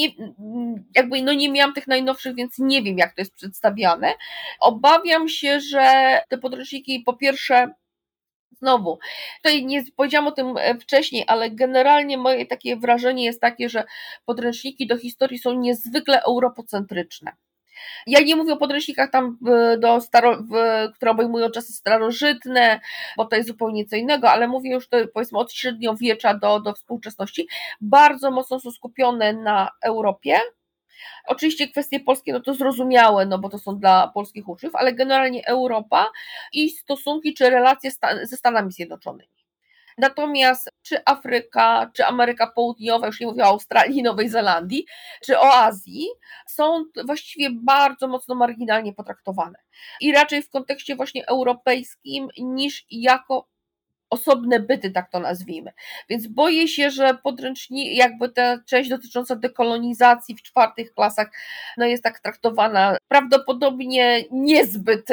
nie miałam tych najnowszych, więc nie wiem, jak to jest przedstawiane. Obawiam się, że te podręczniki, po pierwsze, znowu, tutaj nie powiedziałam o tym wcześniej, ale generalnie moje takie wrażenie jest takie, że podręczniki do historii są niezwykle europocentryczne. Ja nie mówię o podręcznikach tam, które obejmują czasy starożytne, bo to jest zupełnie co innego, ale mówię już powiedzmy od średniowiecza do współczesności. Bardzo mocno są skupione na Europie. Oczywiście kwestie polskie, to zrozumiałe, bo to są dla polskich uczniów, ale generalnie Europa i stosunki czy relacje ze Stanami Zjednoczonymi. Natomiast czy Afryka, czy Ameryka Południowa, już nie mówię o Australii, Nowej Zelandii, czy o Azji, są właściwie bardzo mocno marginalnie potraktowane. I raczej w kontekście właśnie europejskim niż jako osobne byty, tak to nazwijmy. Więc boję się, że jakby ta część dotycząca dekolonizacji w 4. klasach jest tak traktowana prawdopodobnie niezbyt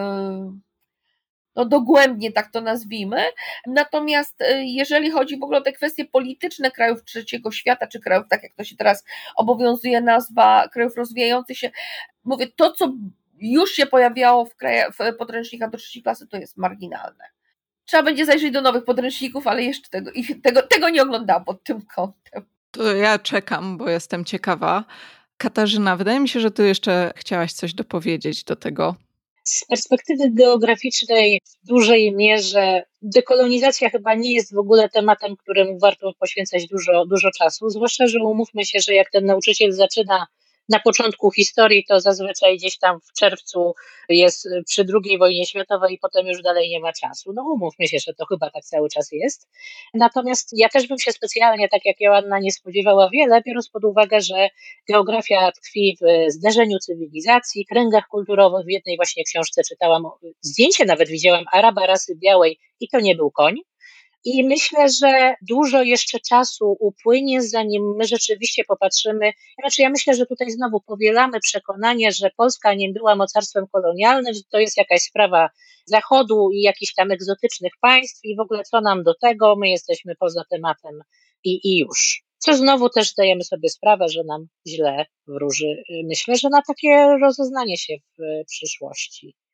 dogłębnie, tak to nazwijmy. Natomiast jeżeli chodzi w ogóle o te kwestie polityczne krajów trzeciego świata, czy krajów, tak jak to się teraz obowiązuje nazwa, krajów rozwijających się, mówię, to co już się pojawiało w podręcznikach do 3. klasy, to jest marginalne. Trzeba będzie zajrzeć do nowych podręczników, ale jeszcze tego nie oglądałam pod tym kątem. To ja czekam, bo jestem ciekawa. Katarzyna, wydaje mi się, że ty jeszcze chciałaś coś dopowiedzieć do tego. Z perspektywy geograficznej w dużej mierze dekolonizacja chyba nie jest w ogóle tematem, któremu warto poświęcać dużo czasu, zwłaszcza, że umówmy się, że jak ten nauczyciel zaczyna na początku historii, to zazwyczaj gdzieś tam w czerwcu jest przy II wojnie światowej i potem już dalej nie ma czasu. Umówmy się, że to chyba tak cały czas jest. Natomiast ja też bym się specjalnie, tak jak Joanna, nie spodziewała wiele, biorąc pod uwagę, że geografia tkwi w zderzeniu cywilizacji, kręgach kulturowych. W jednej właśnie książce czytałam, zdjęcie nawet widziałam Araba rasy białej i to nie był koń. I myślę, że dużo jeszcze czasu upłynie, zanim my rzeczywiście popatrzymy. Ja myślę, że tutaj znowu powielamy przekonanie, że Polska nie była mocarstwem kolonialnym, że to jest jakaś sprawa Zachodu i jakichś tam egzotycznych państw i w ogóle co nam do tego, my jesteśmy poza tematem i już. Co znowu też zdajemy sobie sprawę, że nam źle wróży. Myślę, że na takie rozeznanie się w przyszłości.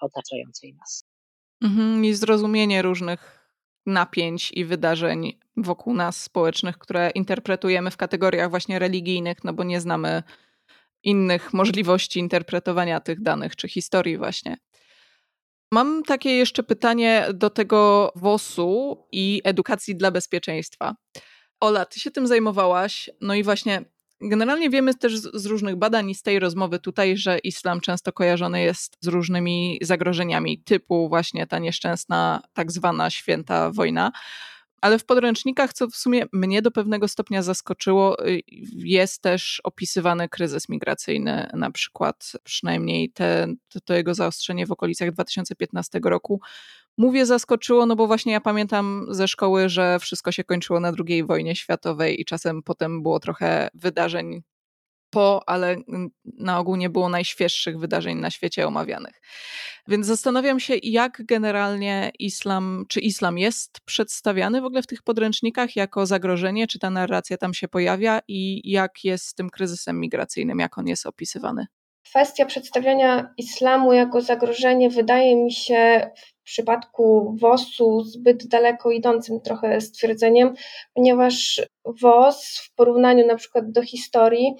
otaczającej nas. I zrozumienie różnych napięć i wydarzeń wokół nas społecznych, które interpretujemy w kategoriach właśnie religijnych, no bo nie znamy innych możliwości interpretowania tych danych czy historii właśnie. Mam takie jeszcze pytanie do tego WOS-u i edukacji dla bezpieczeństwa. Ola, ty się tym zajmowałaś, no i właśnie generalnie wiemy też z różnych badań i z tej rozmowy tutaj, że islam często kojarzony jest z różnymi zagrożeniami, typu właśnie ta nieszczęsna tak zwana święta wojna. Ale w podręcznikach, co w sumie mnie do pewnego stopnia zaskoczyło, jest też opisywany kryzys migracyjny, na przykład przynajmniej to jego zaostrzenie w okolicach 2015 roku. Mówię zaskoczyło, no bo właśnie ja pamiętam ze szkoły, że wszystko się kończyło na II wojnie światowej i czasem potem było trochę wydarzeń ale na ogół nie było najświeższych wydarzeń na świecie omawianych. Więc zastanawiam się, jak generalnie czy islam jest przedstawiany w ogóle w tych podręcznikach jako zagrożenie, czy ta narracja tam się pojawia i jak jest z tym kryzysem migracyjnym, jak on jest opisywany? Kwestia przedstawiania islamu jako zagrożenie wydaje mi się w przypadku WOS-u zbyt daleko idącym trochę stwierdzeniem, ponieważ WOS w porównaniu na przykład do historii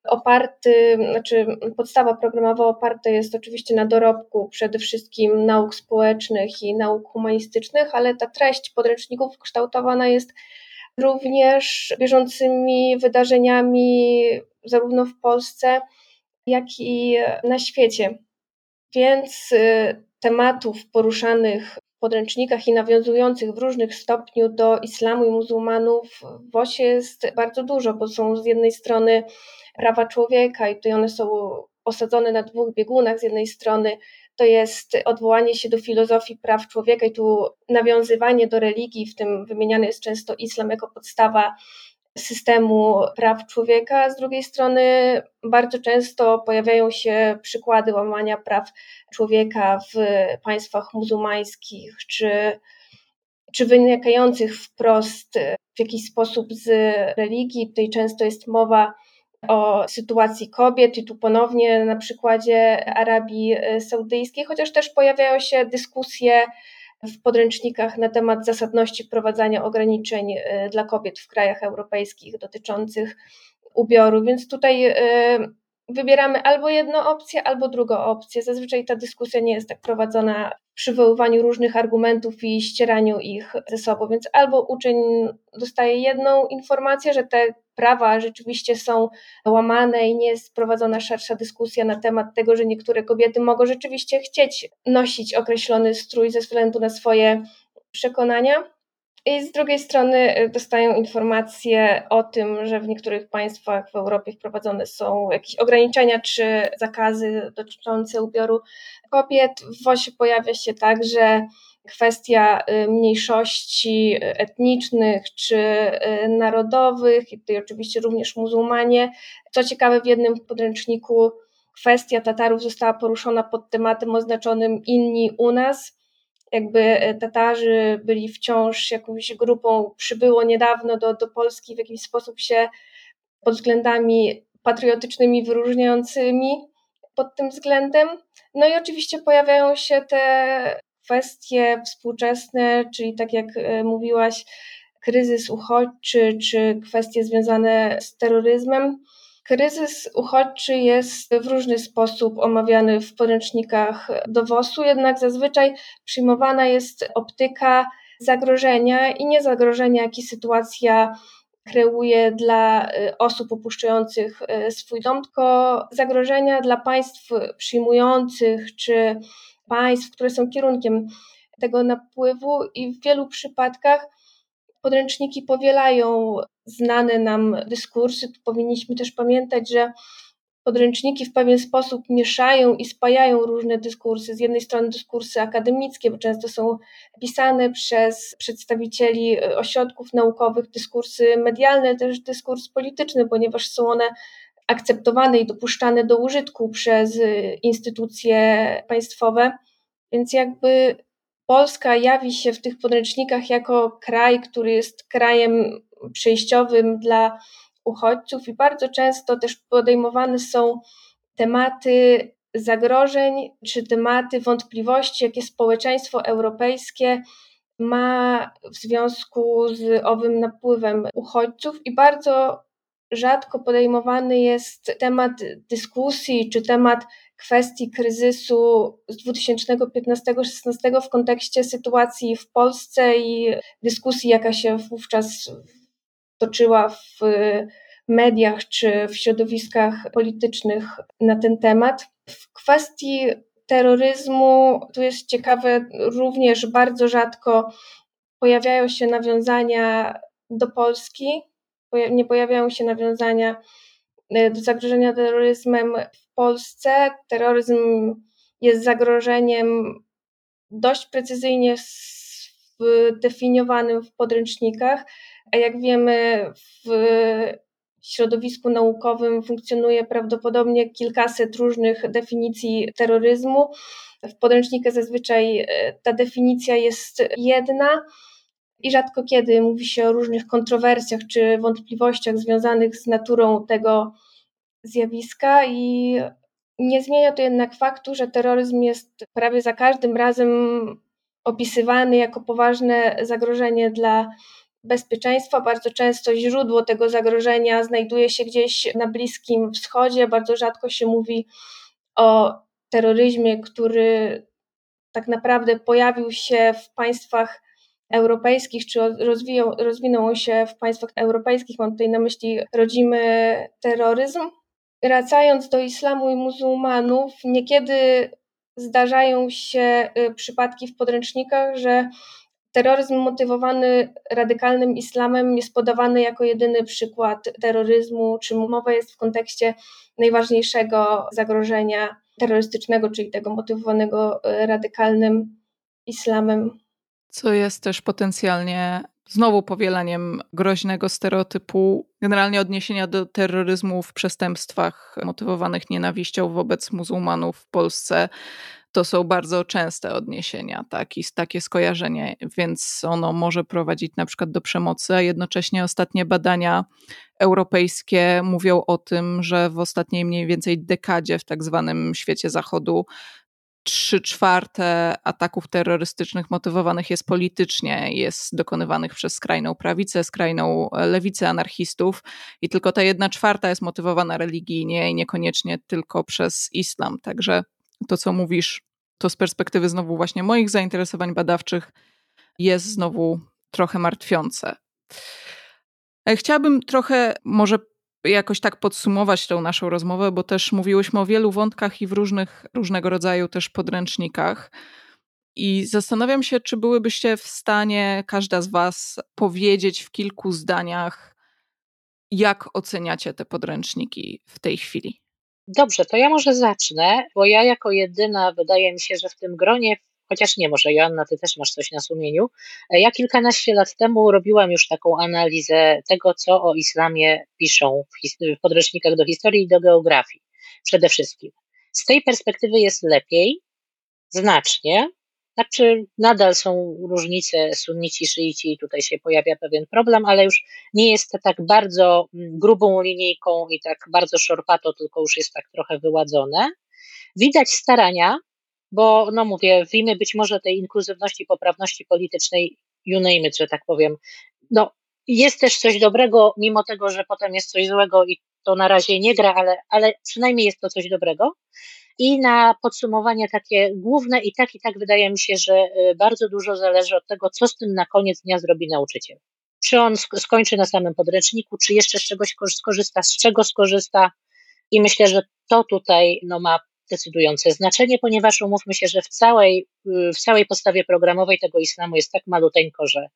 podstawa programowa oparta jest oczywiście na dorobku przede wszystkim nauk społecznych i nauk humanistycznych, ale ta treść podręczników kształtowana jest również bieżącymi wydarzeniami zarówno w Polsce, jak i na świecie. Więc tematów poruszanych w podręcznikach i nawiązujących w różnym stopniu do islamu i muzułmanów w WOS-ie jest bardzo dużo, bo są z jednej strony prawa człowieka i tutaj one są osadzone na dwóch biegunach. Z jednej strony to jest odwołanie się do filozofii praw człowieka i tu nawiązywanie do religii, w tym wymieniany jest często islam jako podstawa systemu praw człowieka, a z drugiej strony bardzo często pojawiają się przykłady łamania praw człowieka w państwach muzułmańskich, czy wynikających wprost w jakiś sposób z religii. Tutaj często jest mowa o sytuacji kobiet i tu ponownie na przykładzie Arabii Saudyjskiej, chociaż też pojawiają się dyskusje w podręcznikach na temat zasadności wprowadzania ograniczeń dla kobiet w krajach europejskich dotyczących ubioru, więc tutaj wybieramy albo jedną opcję, albo drugą opcję. Zazwyczaj ta dyskusja nie jest tak prowadzona w przywoływaniu różnych argumentów i ścieraniu ich ze sobą, więc albo uczeń dostaje jedną informację, że te prawa rzeczywiście są łamane i nie jest prowadzona szersza dyskusja na temat tego, że niektóre kobiety mogą rzeczywiście chcieć nosić określony strój ze względu na swoje przekonania. I z drugiej strony dostają informacje o tym, że w niektórych państwach w Europie wprowadzone są jakieś ograniczenia czy zakazy dotyczące ubioru kobiet. W WOS-ie pojawia się także kwestia mniejszości etnicznych czy narodowych i tutaj oczywiście również muzułmanie. Co ciekawe, w jednym podręczniku kwestia Tatarów została poruszona pod tematem oznaczonym inni u nas. Jakby Tatarzy byli wciąż jakąś grupą, przybyło niedawno do Polski, w jakiś sposób się pod względami patriotycznymi wyróżniającymi pod tym względem. No i oczywiście pojawiają się te kwestie współczesne, czyli tak jak mówiłaś, kryzys uchodźczy, czy kwestie związane z terroryzmem. Kryzys uchodźczy jest w różny sposób omawiany w podręcznikach do WOS-u, jednak zazwyczaj przyjmowana jest optyka zagrożenia i nie zagrożenia, jakie sytuacja kreuje dla osób opuszczających swój dom, tylko zagrożenia dla państw przyjmujących czy państw, które są kierunkiem tego napływu i w wielu przypadkach podręczniki powielają znane nam dyskursy. Tu powinniśmy też pamiętać, że podręczniki w pewien sposób mieszają i spajają różne dyskursy. Z jednej strony dyskursy akademickie, bo często są pisane przez przedstawicieli ośrodków naukowych, dyskursy medialne, też dyskurs polityczny, ponieważ są one akceptowane i dopuszczane do użytku przez instytucje państwowe. Więc jakby Polska jawi się w tych podręcznikach jako kraj, który jest krajem przejściowym dla uchodźców i bardzo często też podejmowane są tematy zagrożeń czy tematy wątpliwości, jakie społeczeństwo europejskie ma w związku z owym napływem uchodźców i bardzo rzadko podejmowany jest temat dyskusji czy temat kwestii kryzysu z 2015-16 w kontekście sytuacji w Polsce i dyskusji, jaka się wówczas toczyła w mediach czy w środowiskach politycznych na ten temat. W kwestii terroryzmu, tu jest ciekawe, również bardzo rzadko pojawiają się nawiązania do Polski, nie pojawiają się nawiązania do zagrożenia terroryzmem w Polsce. Terroryzm jest zagrożeniem dość precyzyjnie zdefiniowanym w podręcznikach, a jak wiemy w środowisku naukowym funkcjonuje prawdopodobnie kilkaset różnych definicji terroryzmu. W podręcznikach zazwyczaj ta definicja jest jedna i rzadko kiedy mówi się o różnych kontrowersjach czy wątpliwościach związanych z naturą tego zjawiska i nie zmienia to jednak faktu, że terroryzm jest prawie za każdym razem opisywany jako poważne zagrożenie dla bezpieczeństwa. Bardzo często źródło tego zagrożenia znajduje się gdzieś na Bliskim Wschodzie. Bardzo rzadko się mówi o terroryzmie, który tak naprawdę pojawił się w państwach europejskich, czy rozwinął się w państwach europejskich. Mam tutaj na myśli rodzimy terroryzm. Wracając do islamu i muzułmanów, niekiedy zdarzają się przypadki w podręcznikach, że terroryzm motywowany radykalnym islamem jest podawany jako jedyny przykład terroryzmu, czy mowa jest w kontekście najważniejszego zagrożenia terrorystycznego, czyli tego motywowanego radykalnym islamem. Co jest też potencjalnie znowu powielaniem groźnego stereotypu, generalnie odniesienia do terroryzmu w przestępstwach motywowanych nienawiścią wobec muzułmanów w Polsce. To są bardzo częste odniesienia, takie skojarzenie, więc ono może prowadzić na przykład do przemocy, a jednocześnie ostatnie badania europejskie mówią o tym, że w ostatniej mniej więcej dekadzie w tak zwanym świecie zachodu 3/4 ataków terrorystycznych motywowanych jest politycznie, jest dokonywanych przez skrajną prawicę, skrajną lewicę anarchistów i tylko ta 1/4 jest motywowana religijnie i niekoniecznie tylko przez islam. Także to, co mówisz, to z perspektywy znowu właśnie moich zainteresowań badawczych jest znowu trochę martwiące. Chciałabym trochę może jakoś tak podsumować tą naszą rozmowę, bo też mówiłyśmy o wielu wątkach i w różnego rodzaju też podręcznikach. I zastanawiam się, czy byłybyście w stanie, każda z was, powiedzieć w kilku zdaniach, jak oceniacie te podręczniki w tej chwili. Dobrze, to ja może zacznę, bo ja jako jedyna wydaje mi się, że w tym gronie, chociaż nie, może Joanna, ty też masz coś na sumieniu. Ja kilkanaście lat temu robiłam już taką analizę tego, co o islamie piszą w podręcznikach do historii i do geografii przede wszystkim. Z tej perspektywy jest lepiej, znacznie. Znaczy nadal są różnice sunnici, szyici i tutaj się pojawia pewien problem, ale już nie jest to tak bardzo grubą linijką i tak bardzo szorpato, tylko już jest tak trochę wyładzone. Widać starania, bo no mówię, w imię być może tej inkluzywności, poprawności politycznej, you name it, że tak powiem, no jest też coś dobrego, mimo tego, że potem jest coś złego i to na razie nie gra, ale przynajmniej jest to coś dobrego. I na podsumowanie takie główne i tak wydaje mi się, że bardzo dużo zależy od tego, co z tym na koniec dnia zrobi nauczyciel. Czy on skończy na samym podręczniku, czy jeszcze z czegoś skorzysta, z czego skorzysta i myślę, że to tutaj no, ma decydujące znaczenie, ponieważ umówmy się, że w całej podstawie programowej tego islamu jest tak maluteńko, że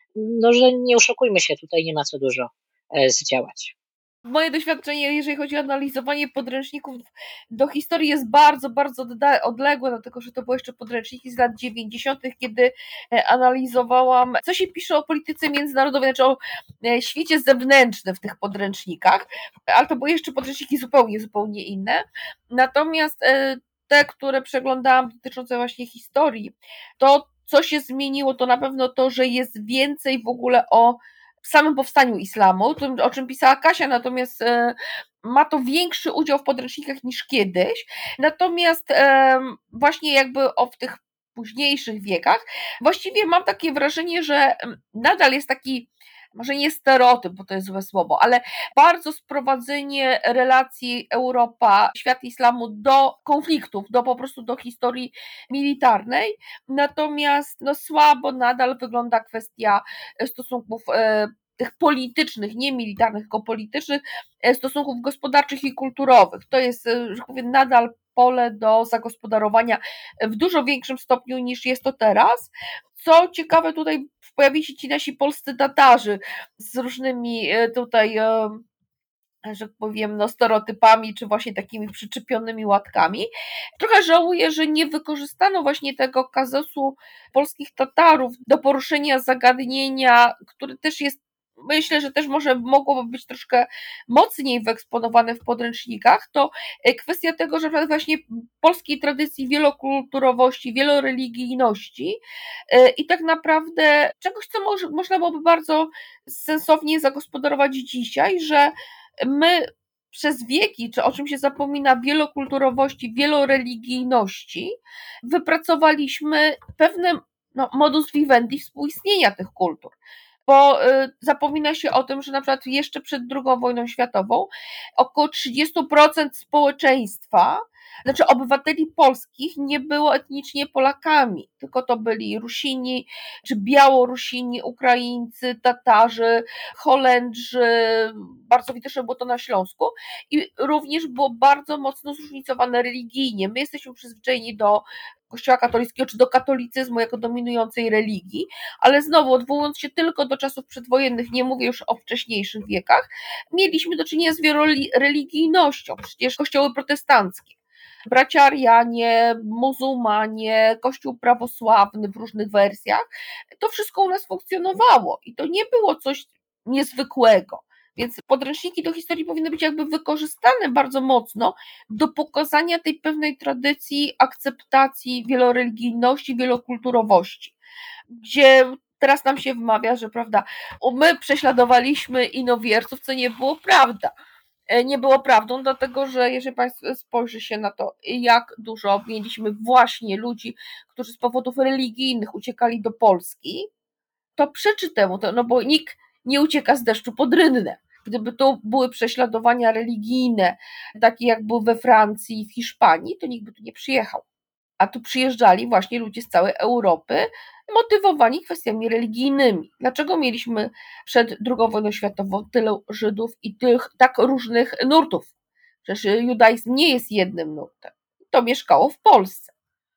nie oszukujmy się, tutaj nie ma co dużo zdziałać. Moje doświadczenie, jeżeli chodzi o analizowanie podręczników do historii, jest bardzo, bardzo odległe, dlatego że to były jeszcze podręczniki z lat 90., kiedy analizowałam, co się pisze o polityce międzynarodowej, znaczy o świecie zewnętrznym w tych podręcznikach, ale to były jeszcze podręczniki zupełnie inne. Natomiast te, które przeglądałam dotyczące właśnie historii, to co się zmieniło, to na pewno to, że jest więcej w ogóle o samym powstaniu islamu, o czym pisała Kasia, natomiast ma to większy udział w podręcznikach niż kiedyś, natomiast właśnie jakby w tych późniejszych wiekach właściwie mam takie wrażenie, że nadal jest taki, może nie stereotyp, bo to jest złe słowo, ale bardzo sprowadzenie relacji Europa-świat islamu do konfliktów, po prostu do historii militarnej, natomiast słabo nadal wygląda kwestia stosunków tych politycznych, nie militarnych, tylko politycznych, stosunków gospodarczych i kulturowych. To jest, że tak powiem, nadal pole do zagospodarowania w dużo większym stopniu niż jest to teraz. Co ciekawe, tutaj pojawili się ci nasi polscy Tatarzy z różnymi tutaj, że powiem, stereotypami, czy właśnie takimi przyczepionymi łatkami. Trochę żałuję, że nie wykorzystano właśnie tego kazusu polskich Tatarów do poruszenia zagadnienia, które też jest, myślę, że też mogłoby być troszkę mocniej wyeksponowane w podręcznikach, to kwestia tego, że właśnie polskiej tradycji wielokulturowości, wieloreligijności i tak naprawdę czegoś, co można byłoby bardzo sensownie zagospodarować dzisiaj, że my przez wieki, czy o czym się zapomina, wielokulturowości, wieloreligijności, wypracowaliśmy pewne modus vivendi współistnienia tych kultur. Bo zapomina się o tym, że na przykład jeszcze przed II wojną światową około 30% społeczeństwa, znaczy obywateli polskich, nie było etnicznie Polakami, tylko to byli Rusini, czy Białorusini, Ukraińcy, Tatarzy, Holendrzy, bardzo widoczne było to na Śląsku i również było bardzo mocno zróżnicowane religijnie. My jesteśmy przyzwyczajeni do Kościoła katolickiego, czy do katolicyzmu jako dominującej religii, ale znowu odwołując się tylko do czasów przedwojennych, nie mówię już o wcześniejszych wiekach, mieliśmy do czynienia z wieloreligijnością, przecież kościoły protestanckie, bracia Arianie, muzułmanie, kościół prawosławny w różnych wersjach, to wszystko u nas funkcjonowało i to nie było coś niezwykłego. Więc podręczniki do historii powinny być jakby wykorzystane bardzo mocno do pokazania tej pewnej tradycji, akceptacji wieloreligijności, wielokulturowości, gdzie teraz nam się wmawia, że prawda, my prześladowaliśmy inowierców, co nie było prawda. Nie było prawdą, dlatego że jeżeli Państwo spojrzy się na to, jak dużo mieliśmy właśnie ludzi, którzy z powodów religijnych uciekali do Polski, to przeczy temu, bo nikt nie ucieka z deszczu pod rynnę. Gdyby to były prześladowania religijne, takie jak były we Francji, w Hiszpanii, to nikt by tu nie przyjechał. A tu przyjeżdżali właśnie ludzie z całej Europy, motywowani kwestiami religijnymi. Dlaczego mieliśmy przed II wojną światową tyle Żydów i tych tak różnych nurtów? Przecież judaizm nie jest jednym nurtem. To mieszkało w Polsce.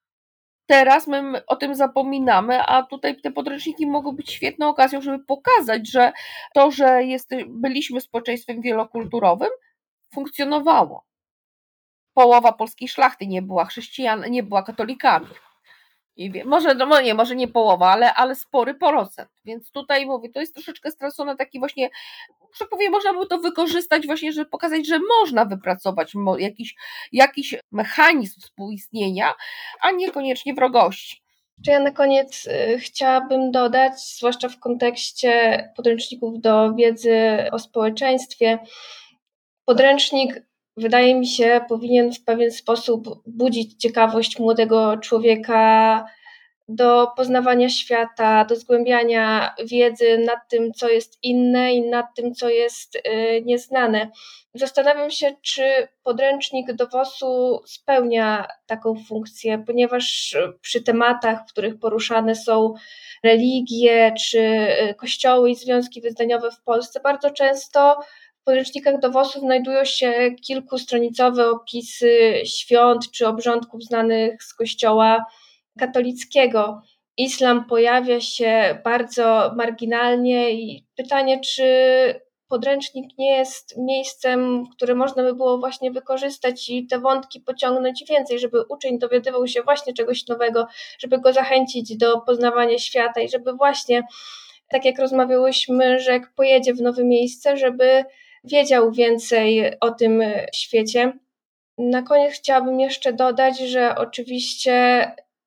Teraz my o tym zapominamy, a tutaj te podręczniki mogą być świetną okazją, żeby pokazać, że to, że byliśmy społeczeństwem wielokulturowym, funkcjonowało. Połowa polskiej szlachty nie była nie była katolikami. I może nie połowa, ale spory procent. Więc tutaj mówię, to jest troszeczkę stracone taki właśnie, że powiem, można by to wykorzystać właśnie, żeby pokazać, że można wypracować jakiś mechanizm współistnienia, a niekoniecznie wrogości. Czy ja na koniec chciałabym dodać, zwłaszcza w kontekście podręczników do wiedzy o społeczeństwie, podręcznik, wydaje mi się, powinien w pewien sposób budzić ciekawość młodego człowieka do poznawania świata, do zgłębiania wiedzy nad tym, co jest inne i nad tym, co jest nieznane. Zastanawiam się, czy podręcznik do WOS-u spełnia taką funkcję, ponieważ przy tematach, w których poruszane są religie, czy kościoły i związki wyznaniowe w Polsce, bardzo często w podręcznikach do WOS-u znajdują się kilkustronicowe opisy świąt czy obrządków znanych z kościoła katolickiego. Islam pojawia się bardzo marginalnie i pytanie, czy podręcznik nie jest miejscem, które można by było właśnie wykorzystać i te wątki pociągnąć więcej, żeby uczeń dowiadywał się właśnie czegoś nowego, żeby go zachęcić do poznawania świata i żeby właśnie, tak jak rozmawiałyśmy, że jak pojedzie w nowe miejsce, żeby wiedział więcej o tym świecie. Na koniec chciałabym jeszcze dodać, że oczywiście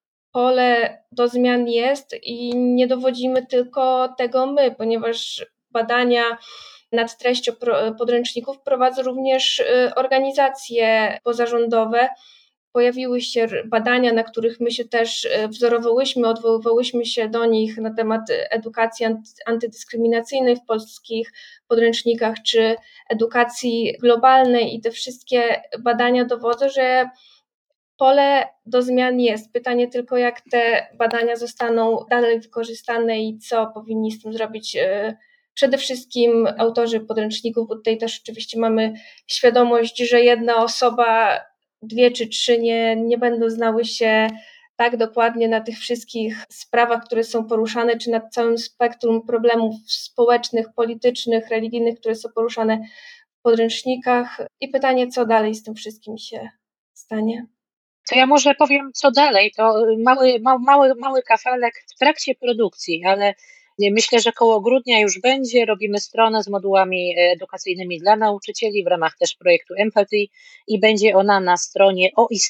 pole do zmian jest i nie dowodzimy tylko tego my, ponieważ badania nad treścią podręczników prowadzą również organizacje pozarządowe. Pojawiły się badania, na których my się też wzorowałyśmy, odwoływałyśmy się do nich na temat edukacji antydyskryminacyjnej w polskich podręcznikach czy edukacji globalnej i te wszystkie badania dowodzą, że pole do zmian jest. Pytanie tylko, jak te badania zostaną dalej wykorzystane i co powinni z tym zrobić przede wszystkim autorzy podręczników, bo tutaj też oczywiście mamy świadomość, że jedna osoba, 2 czy 3 nie będą znały się tak dokładnie na tych wszystkich sprawach, które są poruszane, czy nad całym spektrum problemów społecznych, politycznych, religijnych, które są poruszane w podręcznikach. I pytanie, co dalej z tym wszystkim się stanie. To ja może powiem, co dalej. To mały kafelek w trakcie produkcji, ale myślę, że koło grudnia już będzie. Robimy stronę z modułami edukacyjnymi dla nauczycieli w ramach też projektu Empathy i będzie ona na stronie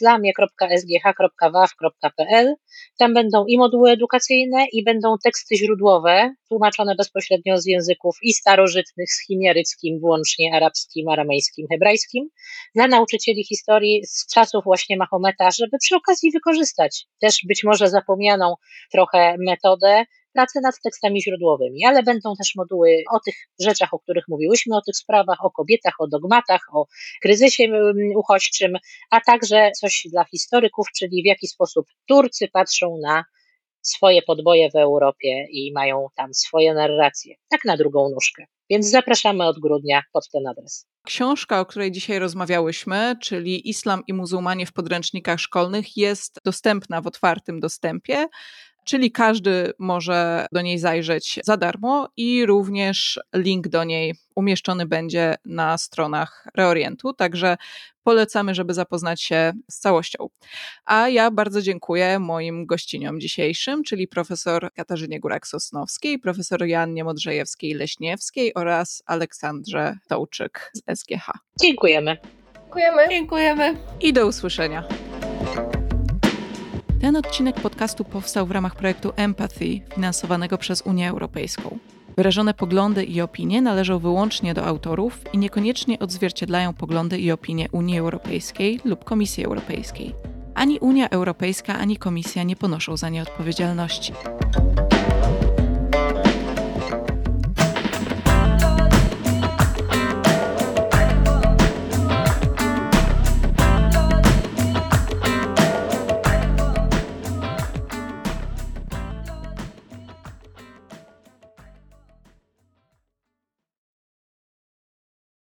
oislamie.sgh.waw.pl. Tam będą i moduły edukacyjne, i będą teksty źródłowe, tłumaczone bezpośrednio z języków i starożytnych, z chimieryckim, włącznie arabskim, aramejskim, hebrajskim, dla nauczycieli historii z czasów właśnie Mahometa, żeby przy okazji wykorzystać też być może zapomnianą trochę metodę pracy nad tekstami źródłowymi, ale będą też moduły o tych rzeczach, o których mówiłyśmy, o tych sprawach, o kobietach, o dogmatach, o kryzysie uchodźczym, a także coś dla historyków, czyli w jaki sposób Turcy patrzą na swoje podboje w Europie i mają tam swoje narracje, tak na drugą nóżkę. Więc zapraszamy od grudnia pod ten adres. Książka, o której dzisiaj rozmawiałyśmy, czyli Islam i muzułmanie w podręcznikach szkolnych, jest dostępna w otwartym dostępie, czyli każdy może do niej zajrzeć za darmo i również link do niej umieszczony będzie na stronach Reorientu, także polecamy, żeby zapoznać się z całością. A ja bardzo dziękuję moim gościniom dzisiejszym, czyli profesor Katarzynie Górak-Sosnowskiej, profesor Joannie Modrzejewskiej-Leśniewskiej oraz Aleksandrze Tołczyk z SGH. Dziękujemy. Dziękujemy. I do usłyszenia. Ten odcinek podcastu powstał w ramach projektu Empathy, finansowanego przez Unię Europejską. Wyrażone poglądy i opinie należą wyłącznie do autorów i niekoniecznie odzwierciedlają poglądy i opinie Unii Europejskiej lub Komisji Europejskiej. Ani Unia Europejska, ani Komisja nie ponoszą za nie odpowiedzialności.